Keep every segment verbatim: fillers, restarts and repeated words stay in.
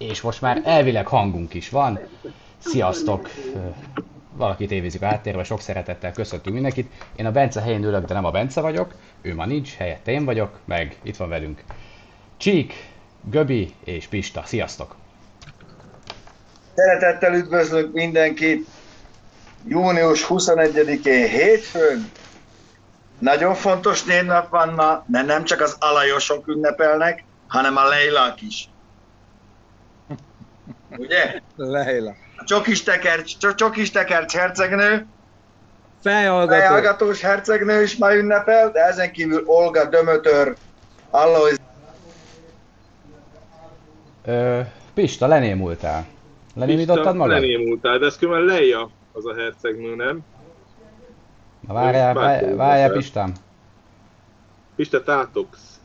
és most már elvileg hangunk is van. Sziasztok! Valakit évizik a háttérbe, sok szeretettel köszöntünk mindenkit. Én a Bence helyén ülök, de nem a Bence vagyok. Ő ma nincs, helyette én vagyok, meg itt van velünk Csík, Göbi és Pista. Sziasztok! Szeretettel üdvözlök mindenkit! június huszonegyedikén hétfőn. Nagyon fontos névnap van ma, de nem csak az alajosok ünnepelnek, hanem a Leilák is. Ugye? Leila. A Csokistekercs, Csokistekercs hercegnő, Fejhallgató. fejhallgatós hercegnő is ma ünnepel, de ezen kívül Olga Dömötör, Alois. Ö, Pista, lenémultál. Lenémítottad magad? Lenémultál, de ez különben Leia az a hercegnő, nem? Na várjál, várjál, várjál Pistám. Pista, tátogsz.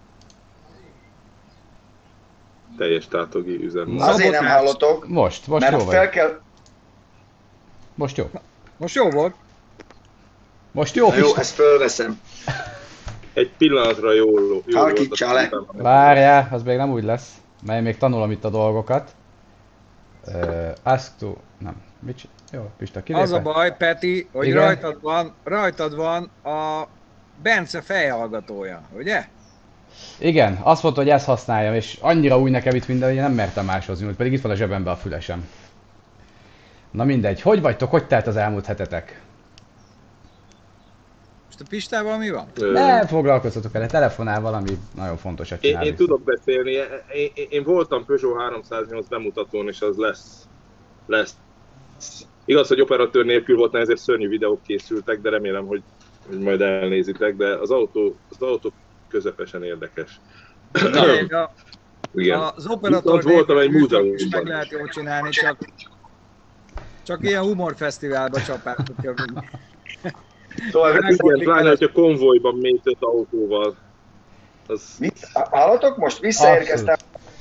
Teljes tátogi üzem. Azért nem hallotok, Most, most jó mert vagy. fel kell... Most jó. Most jó volt. Most jó, Na jó, Pista. ezt fölveszem. Egy pillanatra jól, jól Halkítsál le. Várjál, az még nem úgy lesz, mert még tanulom itt a dolgokat. Uh, ask to... Nem. Mit csinál? Jó, Pista, kilépve. Az a baj, Peti, hogy Igen? rajtad van, rajtad van a Bence fejhallgatója, ugye? Igen, azt mondta, hogy ezt használjam, és annyira új nekem itt minden, hogy én nem mertem máshozni, hogy pedig itt van a zsebemben a fülesem. Na mindegy, hogy vagytok, hogy telt az elmúlt hetetek? Most a Pistával mi van? Ö, Ne foglalkozzatok vele, telefonál valami nagyon fontosat Én, csinálni. én tudok beszélni, én, én, én voltam Peugeot háromszáznyolc bemutatón, és az lesz. lesz. Igaz, hogy operatőr nélkül volt, ezért szörnyű videók készültek, de remélem, hogy, hogy majd elnézitek, de az autó, az autó közepesen érdekes. Tényleg a, Igen. az operatőr Viszont voltam egy műsort is meg múzeumban. lehet jól csinálni, csak, csak ilyen humorfesztiválba csapáltuk. Szóval, Igen, pláne, hogyha konvojban mész öt autóval. Az, mit, hallotok most? Visszaérkeztem.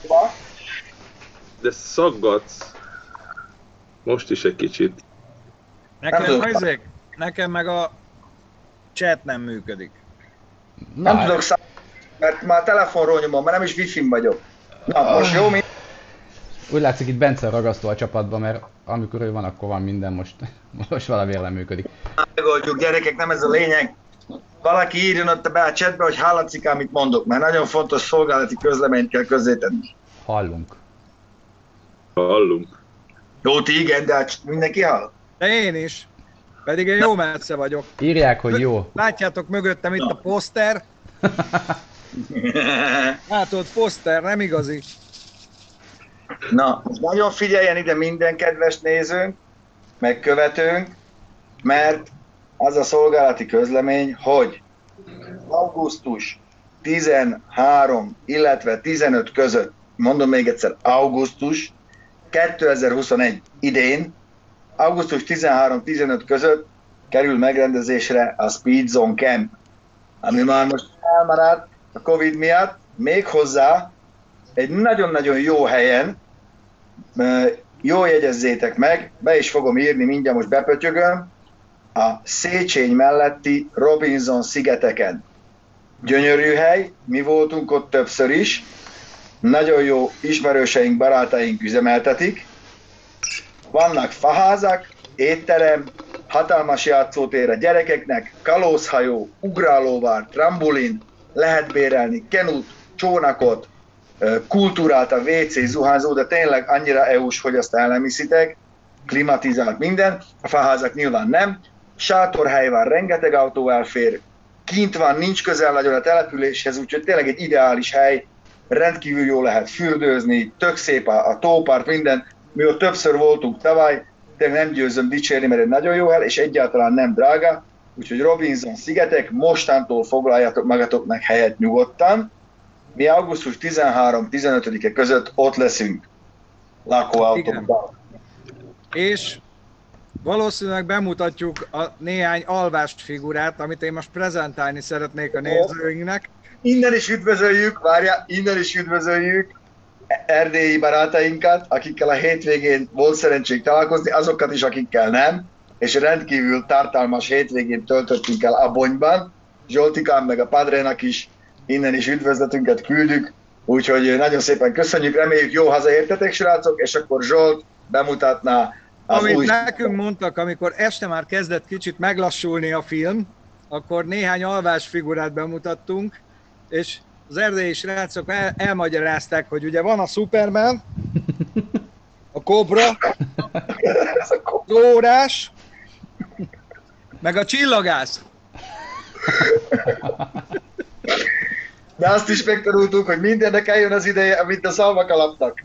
de szaggatsz. Most is egy kicsit. Nekem, tudom. ezek, nekem meg a chat nem működik. Na, Nem tudok számolni, mert már telefonról nyomom, mert nem is wifi-n vagyok. Na, most jó, mi? úgy látszik itt Bence ragasztó a csapatban, mert amikor ő van, akkor van minden, most, most valamiért nem működik. Megoldjuk, gyerekek, nem ez a lényeg. Valaki írjon ott be a chatbe, hogy hallatszik, amit mondok, mert nagyon fontos szolgálati közleményt kell közzétenni. Hallunk. Hallunk. Jó, ti igen, de hát mindenki hall? De én is. Pedig én jó messze vagyok. Írják, hogy jó. Látjátok mögöttem itt a poszter. Látod, poszter, nem igazi. Na, most nagyon figyeljen ide minden kedves nézőnk, meg követőnk, mert az a szolgálati közlemény, hogy augusztus tizenhárom, illetve tizenöt között, mondom még egyszer, augusztus kétezer-huszonegy idén, augusztus tizenhárom tizenöt között kerül megrendezésre a Speed Zone Camp, ami már most elmaradt a Covid miatt, méghozzá egy nagyon-nagyon jó helyen, jól jegyezzétek meg, be is fogom írni, mindjárt most bepötyögöm, a Széchenyi melletti Robinson szigeteken. Gyönyörű hely, mi voltunk ott többször is, nagyon jó ismerőseink, barátaink üzemeltetik, vannak faházak, étterem, hatalmas játszótér a gyerekeknek, kalózhajó, ugrálóvár, trambulin, lehet bérelni kenut, csónakot, kultúrát, a vé cé, zuhányzó, de tényleg annyira é u-s, hogy azt el nem hiszitek, klimatizált minden, a faházak nyilván nem, sátorhely van, rengeteg autó elfér, kint van, nincs közel nagyon a településhez, úgyhogy tényleg egy ideális hely, rendkívül jól lehet fürdőzni, tök szép a, a tópart, minden, mi ott többször voltunk tavaly, tényleg nem győzöm dicsérni, mert egy nagyon jó hely, és egyáltalán nem drága, úgyhogy Robinson szigetek, mostantól foglaljátok magatoknak helyet nyugodtan. Mi augusztus tizenhárom tizenötödike között ott leszünk lakóautókban. És valószínűleg bemutatjuk a néhány alvást figurát, amit én most prezentálni szeretnék a nézőinknek. Innen is üdvözöljük, várjál, innen is üdvözöljük erdélyi barátainkat, akikkel a hétvégén volt szerencsénk találkozni, azokat is, akikkel nem, és rendkívül tartalmas hétvégén töltöttünk el Abonyban. Zsoltikán meg a Padrénak is innen is üdvözletünket küldjük. Úgyhogy nagyon szépen köszönjük, reméljük jó hazaértetek, srácok, és akkor Zsolt bemutatná az Amit új... nekünk mondtak, amikor este már kezdett kicsit meglassulni a film, akkor néhány alvásfigurát bemutattunk, és az erdélyi srácok el, elmagyarázták, hogy ugye van a Superman, a Kobra, az Órás, meg a Csillagász. De azt is megtanultuk, hogy mindennek eljön az ideje, mint a szalmakalapnak.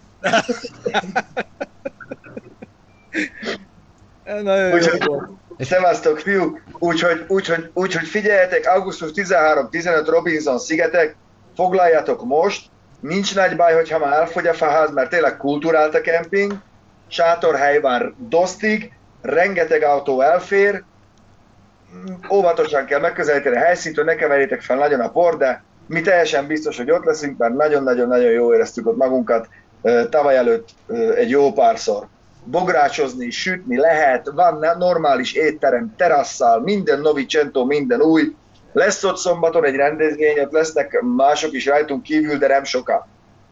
Nagyon jó Úgyhogy, volt. szevasztok, fiúk! Úgyhogy úgy, hogy, úgy, hogy figyeljetek, augusztus tizenharmadika tizenöt Robinson szigetek, foglaljatok most, nincs nagy baj, hogyha már elfogy a faház, mert tényleg kulturált a kemping, sátorhely van dosztig, rengeteg autó elfér, óvatosan kell megközelíteni a helyszíntől, ne keverjétek fel nagyon a por, de mi teljesen biztos, hogy ott leszünk, mert nagyon-nagyon-nagyon jól éreztük ott magunkat tavaly előtt egy jó párszor. Bográcsozni, sütni lehet, van normális étterem, terasszal, minden Novicento, minden új. Lesz ott szombaton egy rendezvény, ott lesznek mások is rajtunk kívül, de nem sokan.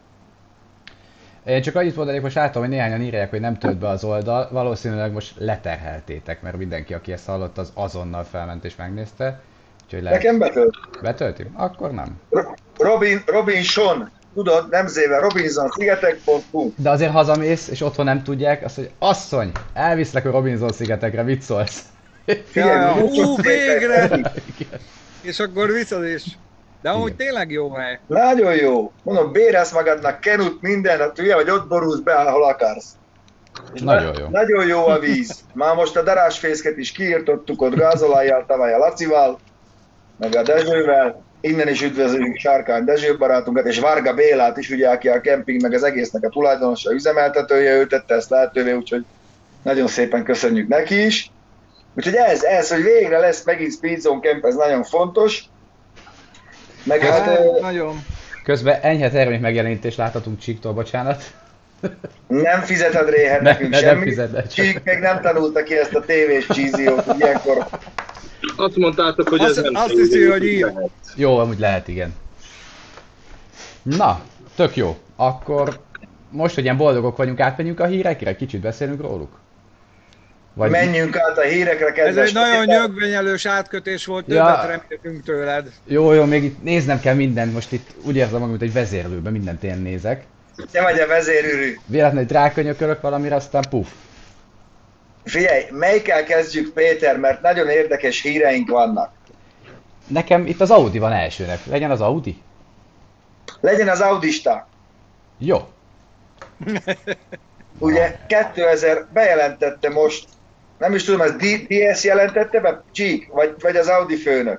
Én csak annyit mondanék, most látom, hogy néhányan írják, hogy nem tölt be az oldal. Valószínűleg most leterheltétek, mert mindenki, aki ezt hallott, az azonnal felment és megnézte. Úgyhogy lehet... Nekem betölt. Betölti? Akkor nem. Robin, Robinson, tudod, nem zéve, robinson szigetek pont hu. De azért hazamész, és otthon nem tudják, azt hogy asszony, elviszlek a Robinson szigetekre, mit szólsz? Ja, ú, végre! Igen. És akkor viszed is. De amúgy Igen. tényleg jó hely. Nagyon jó. Mondom, bérelsz magadnak kenut, minden, hát ugye, vagy ott borulsz be, ahol akarsz. És Nagyon na- jó. Nagyon jó a víz. Már most a darásfészket is kiirtottuk ott gázolajjal, tavaly a Lacival, meg a Dezsővel. Innen is üdvözöljük Sárkány Dezső barátunkat, és Varga Bélát is, ugye, aki a kemping, meg az egésznek a tulajdonosa, üzemeltetője, ő tette ezt lehetővé, úgyhogy nagyon szépen köszönjük neki is. Úgyhogy ez, ez, hogy végre lesz megint Speedzone Camp, ez nagyon fontos. Meg hát, Hát, ö, nagyon. Közben enyhe termék megjelenítést láthatunk Csíktól, bocsánat. nem fizeted Réhet Ne- nekünk ne- nem semmit. fizeted, csak- Csík még nem tanulta ki ezt a tévés csíziót, hogy ilyenkor Azt mondtátok, hogy Azt- ez nem... azt hiszi, hogy ír. Jó, amúgy lehet, igen. Na, tök jó. Akkor most, hogy ilyen boldogok vagyunk, átmenjünk a hírekre, kicsit beszélünk róluk? Vagy... menjünk át a hírekre, Ez kedves egy nagyon Péter. nyögvenyelős átkötés volt, Ja. többet reméltünk tőled. Jó, jó, még itt néznem kell mindent, most itt úgy érzem magam, mint egy vezérlőben, mindent én nézek. Te vagy a vezérűrű. Véletlenül rákönyökölök valamire, aztán puf. Figyelj, melyikkel kezdjük, Péter, mert nagyon érdekes híreink vannak. Nekem itt az Audi van elsőnek. Legyen az Audi? Legyen az Audista. Jó. Ugye kétezer bejelentette most, nem is tudom, ez dé es jelentette be, Csík, vagy, vagy az Audi főnök?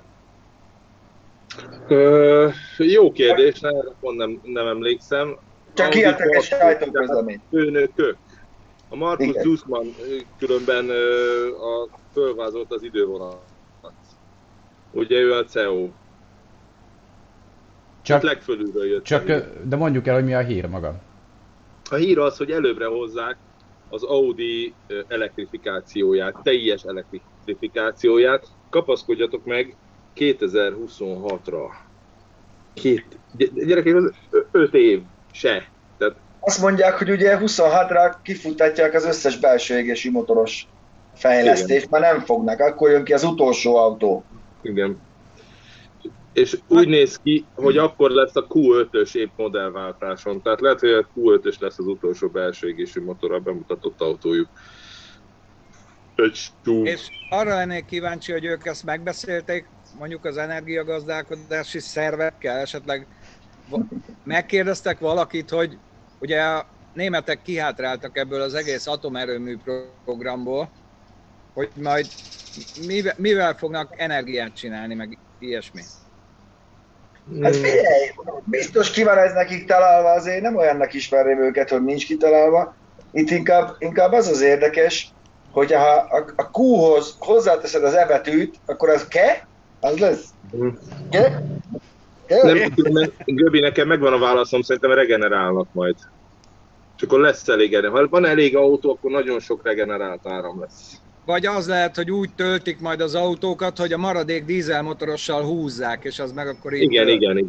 Ö, jó kérdés, erre pont nem, nem emlékszem. Csak Audi kiadtak egy Markus, sajtóközleményt. tehát Főnökök. A Markus Igen. Zussmann ö, különben ö, a, fölvázolt az idővonalat. Ugye ő a cé e o. Csak Csak, legfölülről jött. csak, elő. ö, de mondjuk el, hogy mi a hír maga. A hír az, hogy előbbre hozzák az Audi ö, elektrifikációját, teljes elektrifikációját. Kapaszkodjatok meg kétezer-huszonhatra. Két, gy- gyerekek, az ö- öt év se. Tehát Azt mondják, hogy ugye huszonhatra kifutatják az összes belső égési motoros fejlesztést, már nem fognak, akkor jön ki az utolsó autó. igen. És úgy néz ki, hogy akkor lesz a kú ötös épp modellváltáson. Tehát lehet, hogy a kú ötös lesz az utolsó belső égésű motorral bemutatott autójuk. Egy stú. És arra lennék kíváncsi, hogy ők ezt megbeszélték, mondjuk az energiagazdálkodási szervekkel, esetleg va- megkérdeztek valakit, hogy ugye a németek kihátráltak ebből az egész atomerőmű programból, hogy majd mivel, mivel fognak energiát csinálni, meg ilyesmi. Hát figyelj, biztos ki van ez nekik találva, azért nem olyannak ismerném őket, hogy nincs kitalálva. Itt inkább, inkább az az érdekes, hogy ha a, a Q-hoz hozzáteszed az E betűt, akkor az ke? Az lesz? Ke? Ke? Nem tudom, Göbi, nekem megvan a válaszom, szerintem regenerálnak majd. És akkor lesz elég erő. Ha van elég autó, akkor nagyon sok regenerált áram lesz. Vagy az lehet, hogy úgy töltik majd az autókat, hogy a maradék dízelmotorossal húzzák, és az meg akkor így Igen, tölt. igen, igen.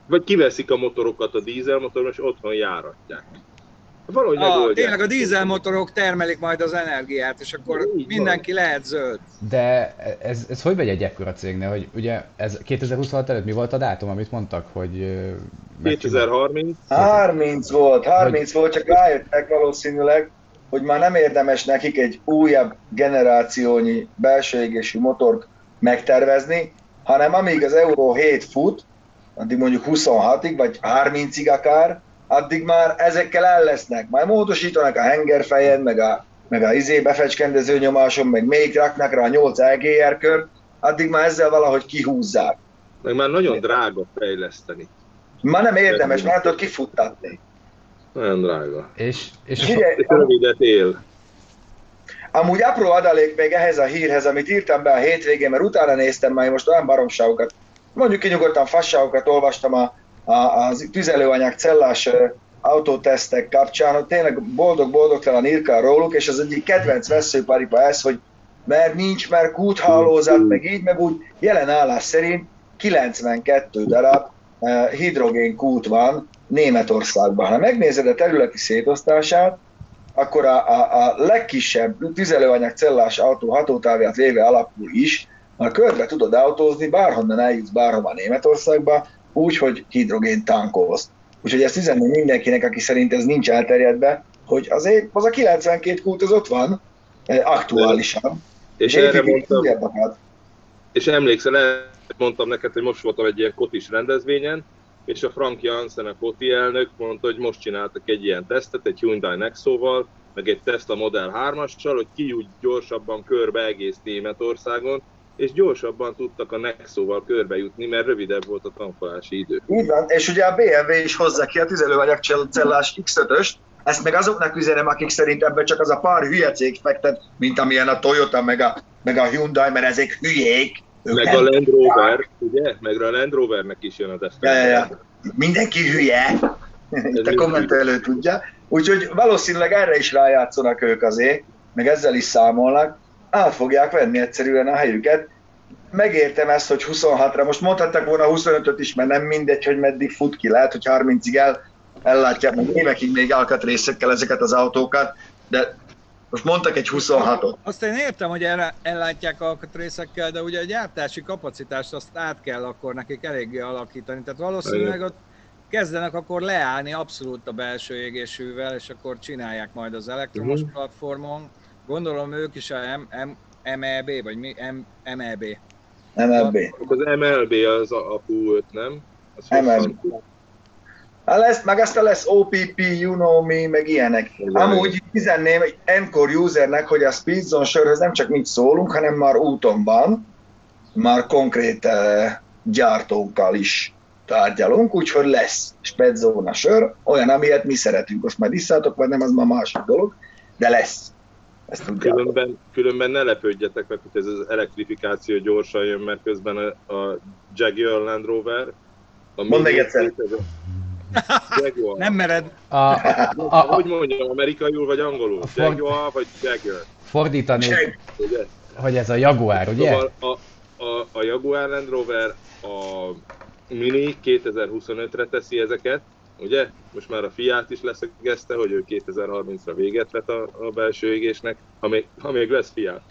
vagy kiveszik a motorokat a dízelmotorról, és otthon járatják. Valahogy a, megoldják. tényleg a dízelmotorok termelik majd az energiát, és akkor Így mindenki van. Lehet zöld. De ez, ez hogy megy egy ekkora cégnél, hogy ugye ez kétezer-huszonhat előtt mi volt a dátum, amit mondtak, hogy... kétezer-harminc harminc volt, harminc hogy... volt, csak rájöttek valószínűleg, hogy már nem érdemes nekik egy újabb generációnyi belső égésű motort megtervezni, hanem amíg az Euro hét fut, addig mondjuk huszonhatig, vagy harmincig akár, addig már ezekkel el lesznek. Majd módosítanak a hengerfejen, meg a, meg a izé befecskendező nyomáson, meg még raknak rá a nyolc E G R kört, addig már ezzel valahogy kihúzzák. Meg már nagyon drága fejleszteni. Már nem érdemes, már tudod kifuttatni. Nagyon drága. És, és Figyelj, és rövidet él. Amúgy apró adalék még ehhez a hírhez, amit írtam be a hétvégén, mert utána néztem már, most olyan baromságokat, mondjuk kinyugodtan fasságokat olvastam a, a, az tüzelőanyag cellás autótesztek kapcsán, hogy tényleg boldog-boldogtalan írkál róluk, és az egyik kedvenc veszőparipa ez, hogy mert nincs már kúthálózat, meg így, meg úgy, jelen állás szerint kilencvenkettő darab uh, hidrogén kút van Németországban. Ha megnézed a területi szétosztását, akkor a, a, a legkisebb tüzelőanyag cellás autó hatótávját véve alapul is, a körbe tudod autózni, bárhonnan eljutsz bárhova Németországba, úgy, hogy hidrogén tankolsz. Úgyhogy ezt üzenni mindenkinek, aki szerint ez nincs elterjedve, hogy azért az a kilencvenkét kút az ott van, aktuálisan. És, és erre mondtam, és emlékszel, mondtam neked, hogy most voltam egy ilyen kotis rendezvényen, és a Frank Janssen, a koti elnök mondta, hogy most csináltak egy ilyen tesztet, egy Hyundai Nexóval, meg egy Tesla Model hármassal, hogy ki úgy gyorsabban körbe egész Németországon, és gyorsabban tudtak a Nexóval körbe jutni, mert rövidebb volt a tankolási idő. Így van, és ugye a bé em vé is hozza ki a tüzelőanyagcellás iksz ötöst, ezt meg azoknak üzenem, akik szerint ebben csak az a pár hülye cég fektet, mint amilyen a Toyota, meg a, meg a Hyundai, mert ezek hülyék. Meg a Land Rover, ugye? Meg a Land Rovernek is jön a tesztel. Ja, ja, ja. Mindenki hülye, itt a kommentelő tudja. Úgyhogy valószínűleg erre is rájátszanak ők azért, meg ezzel is számolnak. El fogják venni egyszerűen a helyüket. Megértem ezt, hogy huszonhatra, most mondhattak volna huszonötöt is, mert nem mindegy, hogy meddig fut ki. Lehet, hogy harmincig el, ellátják, meg évekig még alkatrészekkel ezeket az autókat, de most mondtak egy huszonhatot. Azt én értem, hogy el, ellátják alkatrészekkel, de ugye a gyártási kapacitást azt át kell akkor nekik eléggé alakítani. Tehát valószínűleg ott kezdenek akkor leállni abszolút a belső égésűvel, és akkor csinálják majd az elektromos uh-huh. platformon. Gondolom ők is a M- M- em e bé, vagy mi? M- em e bé. em el bé. Az em el bé az a, a Q öt, nem? Az em el bé. Lesz, meg aztán lesz o pé pé, you know me, meg ilyenek. Amúgy üzenném egy Encore usernek, hogy a Speedzone sörhöz nem csak mit szólunk, hanem már úton van, már konkrét uh, gyártókkal is tárgyalunk, úgyhogy lesz Speedzone sör, olyan, amilyet mi szeretünk. Azt majd isszátok, vagy nem, az már másik dolog, de lesz. Különben, különben ne lepődjetek meg, hogy ez az elektrifikáció gyorsan jön, mert közben a, a Jaguar Land Rover... Mondd még egyszer! Jaguar. Nem mered. A, a, a, hogy mondjam, amerikaiul vagy angolul? For... Jaguar vagy Jaguar? Fordítani, hogy ez a Jaguar, ugye? Szóval a, a, a Jaguar Land Rover a Mini kétezer-huszonötre teszi ezeket, ugye? Most már a Fiat is leszögezte, hogy ő kétezer-harmincra véget vet a, a belső égésnek, ha még, ha még lesz Fiat.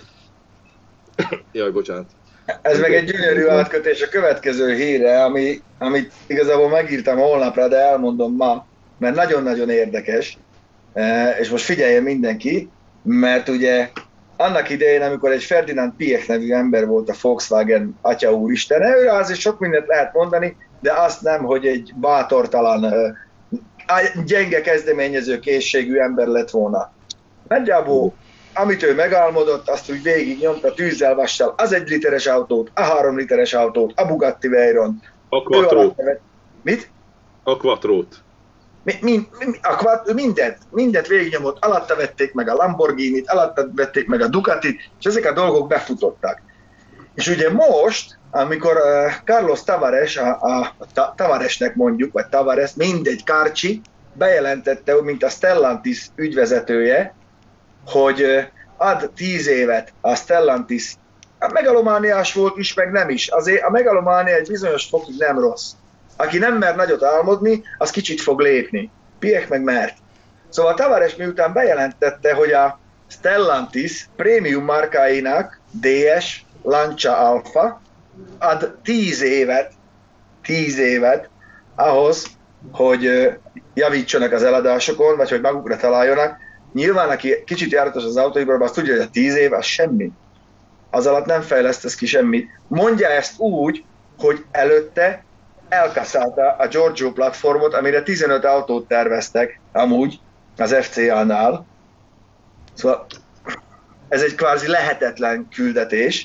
Jaj, bocsánat. Ez meg egy gyönyörű átkötés a következő hírre, ami, amit igazából megírtam holnapra, de elmondom ma, mert nagyon-nagyon érdekes, és most figyeljen mindenki, mert ugye annak idején, amikor egy Ferdinand Piech nevű ember volt a Volkswagen atya úristene, őre azért sok mindent lehet mondani, de azt nem, hogy egy bátortalan, gyenge kezdeményező készségű ember lett volna. Nagyjából amit ő megálmodott, azt úgy végig nyomta tűzzel, vassal, az egy literes autót, a három literes autót, a Bugatti Veyron. A Quattro. Mit? A Quattrót. Mi, mi, mi, a Quattro, mindent, mindent végignyomott, alatta vették meg a Lamborghinit, alatta vették meg a Ducatit, és ezek a dolgok befutottak. És ugye most, amikor uh, Carlos Tavares, a, a, a Tavaresnek mondjuk, vagy Tavares, mindegy, Kárcsi, bejelentette, mint a Stellantis ügyvezetője, hogy ad tíz évet a Stellantis. A megalomániás volt is, meg nem is. Azért a megalománia egy bizonyos fokig nem rossz. aki nem mer nagyot álmodni, az kicsit fog lépni. Piech meg mert. Szóval Tavares miután bejelentette, hogy a Stellantis prémium márkáinak dé es Lancia Alfa ad tíz évet, tíz évet ahhoz, hogy javítsanak az eladásokon, vagy hogy magukra találjanak. Nyilván, aki kicsit járatos az autóiparban, azt tudja, hogy a tíz év az semmi. Az alatt nem fejlesztesz ki semmit. Mondja ezt úgy, hogy előtte elkaszálta a Giorgio platformot, amire tizenöt autót terveztek amúgy az ef cé á-nál. Szóval ez egy kvázi lehetetlen küldetés.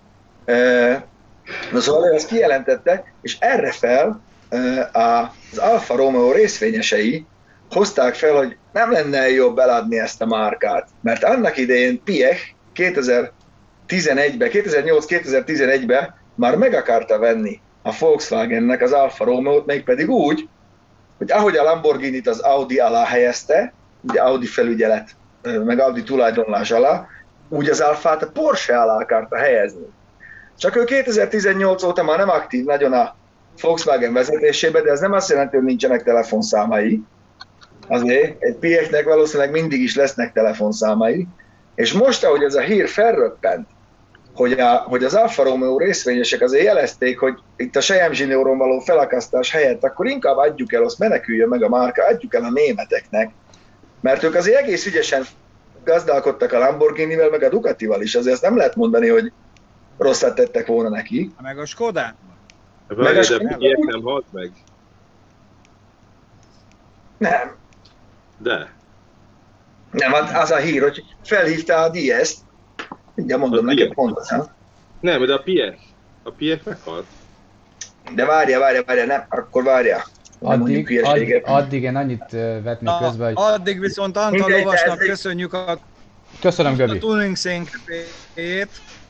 Na szóval ő ezt kijelentette, és erre fel az Alfa Romeo részvényesei hozták fel, hogy nem lenne jobb eladni ezt a márkát. Mert annak idején Piech kétezer-tizenegyben, kétezer-nyolc-kétezer-tizenegyben már meg akarta venni a Volkswagennek az Alfa Romeo-t, mégpedig úgy, hogy ahogy a Lamborghinit az Audi alá helyezte, ugye Audi felügyelet, meg Audi tulajdonlás alá, úgy az Alfát a Porsche alá akarta helyezni. Csak ő kétezer-tizennyolc óta már nem aktív nagyon a Volkswagen vezetésében, de ez nem azt jelenti, hogy nincsenek telefonszámai. Azért egy Piechnek valószínűleg mindig is lesznek telefonszámai. És most, ahogy ez a hír felröppent, hogy, a, hogy az Alfa Romeo részvényesek azért jelezték, hogy itt a Cheyenne Junior-on való felakasztás helyett, akkor inkább adjuk el, azt meneküljön meg a márka, adjuk el a németeknek. Mert ők azért egész ügyesen gazdálkodtak a Lamborghinivel, meg a Ducatival is. Azért azt nem lehet mondani, hogy rosszat tettek volna neki. Meg a Skoda. Meg a Skoda. Nem halt meg? Nem. De. Nem, az a hír, hogy felhívta a dé es-t. Mindjárt mondom neked pontosan. Nem, de a Piech. A Piech meghalt. De várja, várja, várja, nem, akkor várja. Addig, addig, addig én annyit vetnék közben, hogy... Addig viszont Antal Lovasnak köszönjük a... Köszönöm, Göbi. A tuning szinkét,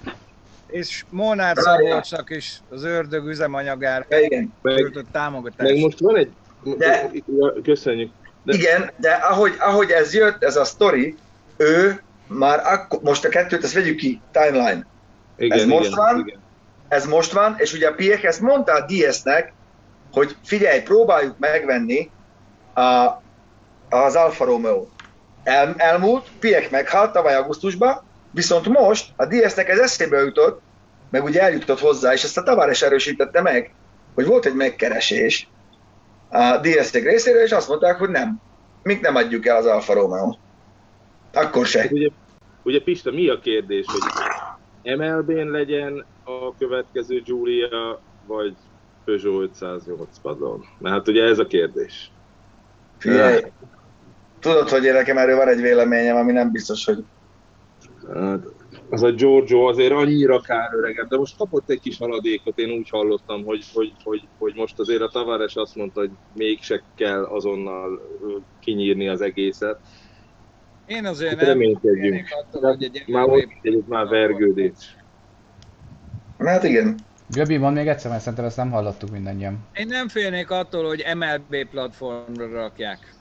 és Molnár Szabolcsnak is az ördög üzemanyagára küldött támogatást. Meg most van egy... De, köszönjük. De... Igen, de ahogy, ahogy ez jött, ez a sztori, ő már akkor, most a kettőt, ezt vegyük ki, timeline. Igen, ez most igen, van, igen. ez most van, és ugye a Piech ezt mondta a dé es-nek, hogy figyelj, próbáljuk megvenni a, az Alfa Romeo. El, elmúlt, Piech meghalt tavaly augusztusban, viszont most a dé es-nek ez eszébe jutott, meg ugye eljutott hozzá, és ezt a Tavares erősítette meg, hogy volt egy megkeresés a dé es-nek részéről, és azt mondták, hogy nem, mink nem adjuk el az Alfa Romeo. Akkor se. Ugye, ugye Pista, mi a kérdés, hogy em el bé-n legyen a következő Giulia, vagy Peugeot ötszáznyolcvanon? Mert hát ugye ez a kérdés. Figyelj, tudod, hogy én nekem erről van egy véleményem, ami nem biztos, hogy... Hát, az a Giorgio azért annyira kár öregebb, de most kapott egy kis haladékot, én úgy hallottam, hogy, hogy, hogy, hogy most azért a Tavares azt mondta, hogy mégse kell azonnal kinyírni az egészet. Én azért nem reménykedjünk. Már ott egy már vergődés. Hát igen. Göbi, mondd még egyszer, mert szerintem ezt nem hallottuk mindannyian. Én nem félnék attól, hogy em el bé platformra rakják.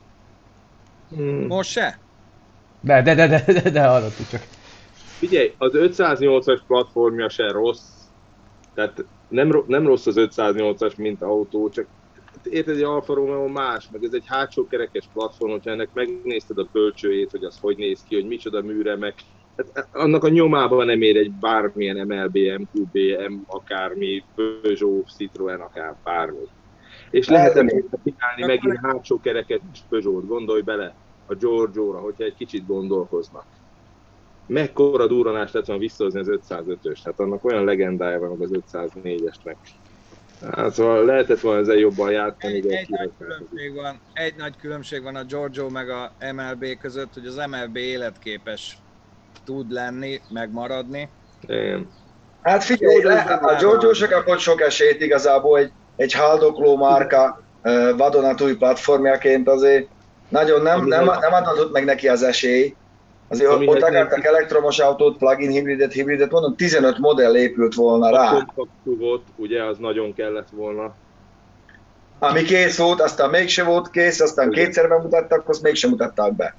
Hmm. Most se? De, de, de, de, de, de hallottuk csak. Figyelj, az ötszáznyolcas platformja se rossz. Tehát nem, nem rossz az ötszáznyolcas, mint autó, csak érted, egy Alfa Romeo más, meg ez egy hátsó kerekes platform, hogyha ennek megnézted a kölcsőjét, hogy az hogy néz ki, hogy micsoda műremek, hát annak a nyomában nem ér egy bármilyen em el bé, em kú bé, M akármi, Peugeot, Citroën, akár bármi. És lehet ebből csinálni megint hátsó kerekes Peugeot, gondolj bele a Giorgio-ra, hogyha egy kicsit gondolkoznak. Mekkora durranást lett volna visszahozni az ötszázötös, hát annak olyan legendája van az ötszáznégyesnek. Hát szóval lehetett volna ezzel jobban játszani. Egy, egy, nagy különbség van, egy nagy különbség van a Giorgio meg a em el bé között, hogy az em el bé életképes tud lenni, megmaradni. Igen. Hát figyelj, le, a Giorgio se kapott sok esélyt igazából, egy, egy haldokló márka vadonatúj platformjaként azért nagyon nem, nem, nem adott meg neki az esély. Azért ott, ott akartak elektromos autót, plug-in hibridet, hibridet, mondom, tizenöt modell épült volna rá. A kompaktú volt, ugye, az nagyon kellett volna. Ami kész volt, aztán mégse volt kész, aztán ugye kétszer bemutattak, azt mégsem mutatták be.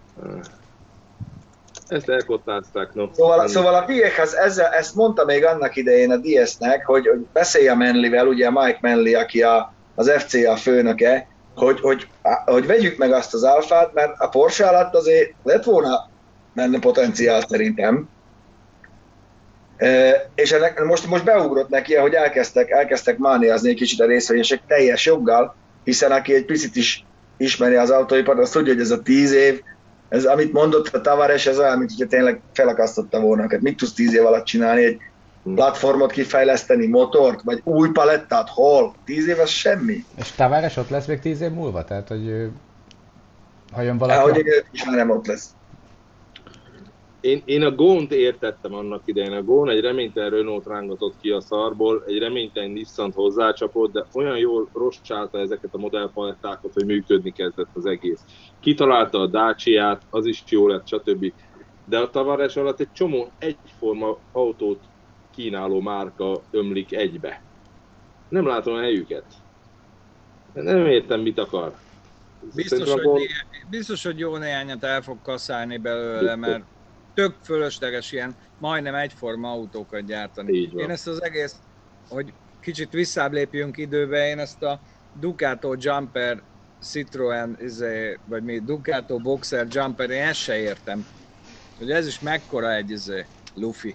Ezt elkottázták, no. Szóval, szóval a Piech ezt mondta még annak idején a dé es-nek, hogy, hogy beszélj a Manley-vel, ugye Mike Manley, aki a az ef cé á főnöke, hogy, hogy, hogy vegyük meg azt az Alfát, mert a Porsche alatt azért lett volna benne potenciál szerintem. E, és ennek most, most beugrott neki, hogy elkezdtek, elkezdtek mániazni egy kicsit a részvényesek teljes joggal, hiszen aki egy picit is ismeri az autóipart, azt tudja, hogy ez a tíz év, ez, amit mondott a Tavares, ez olyan, mint hogyha tényleg felakasztotta volna. Hát mit tudsz tíz év alatt csinálni? Egy platformot kifejleszteni, motort, vagy új palettát, hol? Tíz év az semmi. És Tavares ott lesz még tíz év múlva? Tehát, hogy ha jön valaki... Ahogy én ismerem, ott lesz. Én, én a Gón-t értettem annak idején. A Gón egy reménytelen Renault rángatott ki a szarból, egy reménytelen Nissan-t hozzácsapott, de olyan jól rosscsálta ezeket a modellpalettákat, hogy működni kezdett az egész. Kitalálta a Dacia-t, az is jó lett, stb. De a Tavares alatt egy csomó egyforma autót kínáló márka ömlik egybe. Nem látom a helyüket. Nem értem, mit akar. Biztos, hogy, gond... biztos, hogy jó néhányat el fog kaszálni belőle, mert tök fölösleges ilyen majdnem egyforma autókat gyártani. Én ezt az egész, hogy kicsit visszább lépjünk időbe, én ezt a Ducato Jumper Citroen, izé, vagy mi, Ducato Boxer Jumper, én ezt se értem. Hogy ez is mekkora egy izé, lufi.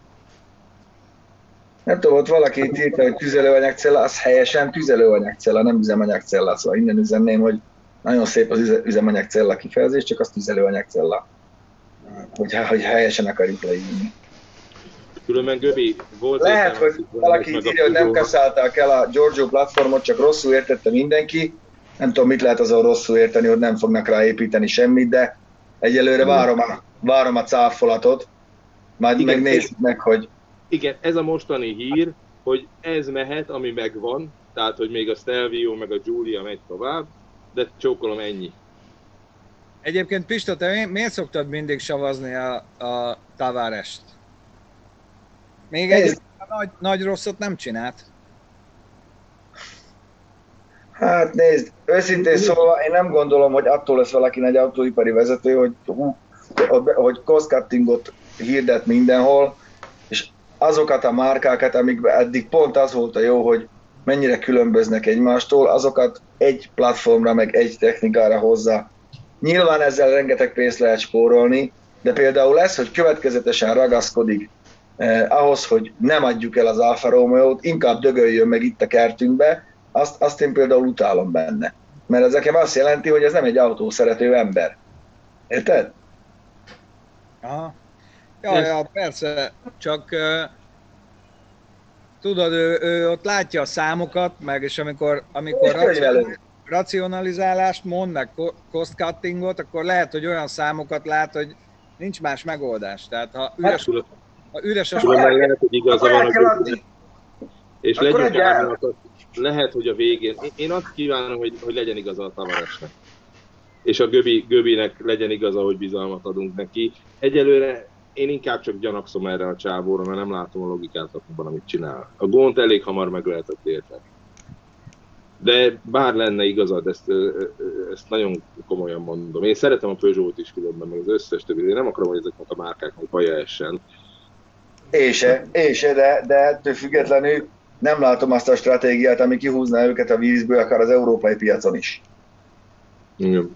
Nem tudom, ott valaki itt írta, hogy tüzelőanyagcella, az helyesen tüzelőanyagcella, nem üzemanyagcella. Szóval innen üzenném, hogy nagyon szép az üzemanyagcella kifejezés, csak az tüzelőanyagcella. Hogy, hogy helyesen akarjuk leírni. Különben Göbi, volt... Lehet, hogy valaki itt írja, hogy nem kaszálták el a Giorgio platformot, csak rosszul értette mindenki. Nem tudom, mit lehet azon rosszul érteni, hogy nem fognak rá építeni semmit, de egyelőre várom a, várom a cáfolatot. Majd igen, megnézzük meg, hogy... Igen, ez a mostani hír, hogy ez mehet, ami megvan, tehát, hogy még a Stelvio meg a Giulia megy tovább, de csókolom, ennyi. Egyébként Pista, te miért szoktad mindig savazni a, a Tavarest? Még egy nagy, nagy rosszat nem csinált. Hát nézd, őszintén szóval én nem gondolom, hogy attól lesz valaki nagy autóipari vezető, hogy, hogy cost-cuttingot hirdet mindenhol, és azokat a márkákat, amikben eddig pont az volt a jó, hogy mennyire különböznek egymástól, azokat egy platformra, meg egy technikára hozza. Nyilván ezzel rengeteg pénzt lehet spórolni, de például lesz, hogy következetesen ragaszkodik eh, ahhoz, hogy nem adjuk el az Alfa Romeo-t, inkább dögöljön meg itt a kertünkbe, azt, azt én például utálom benne. Mert ez nekem azt jelenti, hogy ez nem egy autószerető ember. Érted? Aha. Ja, ja, persze, csak uh, tudod, ő, ő ott látja a számokat, meg és amikor, amikor racionaliz, racionalizálást mond, meg cost cuttingot, akkor lehet, hogy olyan számokat lát, hogy nincs más megoldás. Tehát ha üres, hát, ha üres a... Lehet, hogy igaza van, hogy és legyen gyármatot, lehet, hogy a végén... Én azt kívánom, hogy, hogy legyen igaza a Tavaresnek. És a Göbi, Göbinek legyen igaza, hogy bizalmat adunk neki. Egyelőre én inkább csak gyanakszom erre a csávóra, mert nem látom a logikát abban, amit csinál. A Gónt elég hamar meg lehetett érteni. De bár lenne igazad, ezt, ezt nagyon komolyan mondom. Én szeretem a Peugeot is különben, meg az összes többi. Én nem akarom, hogy ezeknek a márkáknak baja essen. Én se, én se, de, de ettől függetlenül nem látom azt a stratégiát, ami kihúzná őket a vízből, akár az európai piacon is. Igen.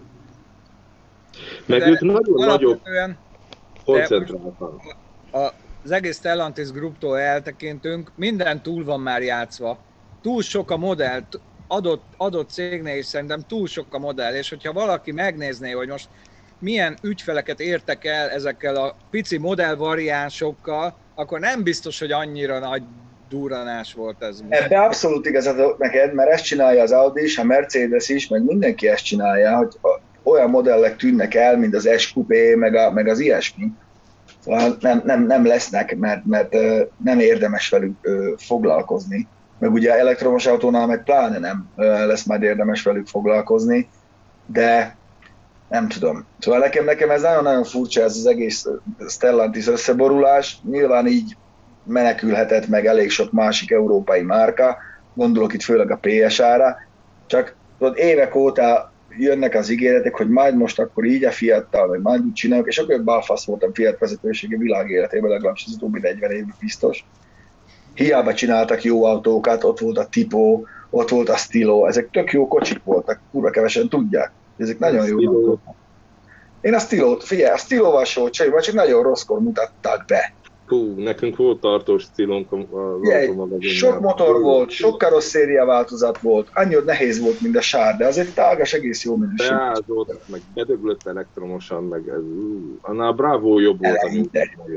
Meg de ők nagyon nagyobb koncentráltan. Az egész Stellantis Grouptól eltekintünk, minden túl van már játszva. Túl sok a modell, adott, adott cégnél is szerintem túl sok a modell, és hogyha valaki megnézné, hogy most milyen ügyfeleket értek el ezekkel a pici modellvariánsokkal, akkor nem biztos, hogy annyira nagy durranás volt ez. Ebbe abszolút igazad neked, mert ezt csinálja az Audi is, a Mercedes is, meg mindenki ezt csinálja, hogy olyan modellek tűnnek el, mint az S-Coupé, meg, a, meg az ilyesmi. Szóval nem, nem, nem lesznek, mert, mert nem érdemes velük foglalkozni. Meg ugye elektromos autónál meg pláne nem lesz majd érdemes velük foglalkozni, de nem tudom. Szóval nekem, nekem ez nagyon-nagyon furcsa, ez az egész Stellantis összeborulás. Nyilván így menekülhetett meg elég sok másik európai márka, gondolok itt főleg a pé es á-ra, csak tudod, évek óta jönnek az ígéretek, hogy majd most akkor így a Fiattal, vagy majd úgy csináljuk, és akkor balfasz voltam Fiat vezetősége világ életében, legalábbis az utóbbi negyven évben biztos. Hiába csináltak jó autókat, ott volt a Tipo, ott volt a Stilo, ezek tök jó kocsik voltak, kurva kevesen tudják, ezek nagyon jó. Én a Stilót, figyelj, a Stilóval sót csak, csak nagyon rosszkor mutatták be. Hú, nekünk volt tartós Stilónk az autómagazinnál. Sok motor volt, sok karosszéria változat volt, annyi nehéz volt, mint a sár, de azért tágas egész jó minőség. Beázott, meg bedöglött elektromosan, meg ez, ú, annál a Bravo jobb volt, amit megjött.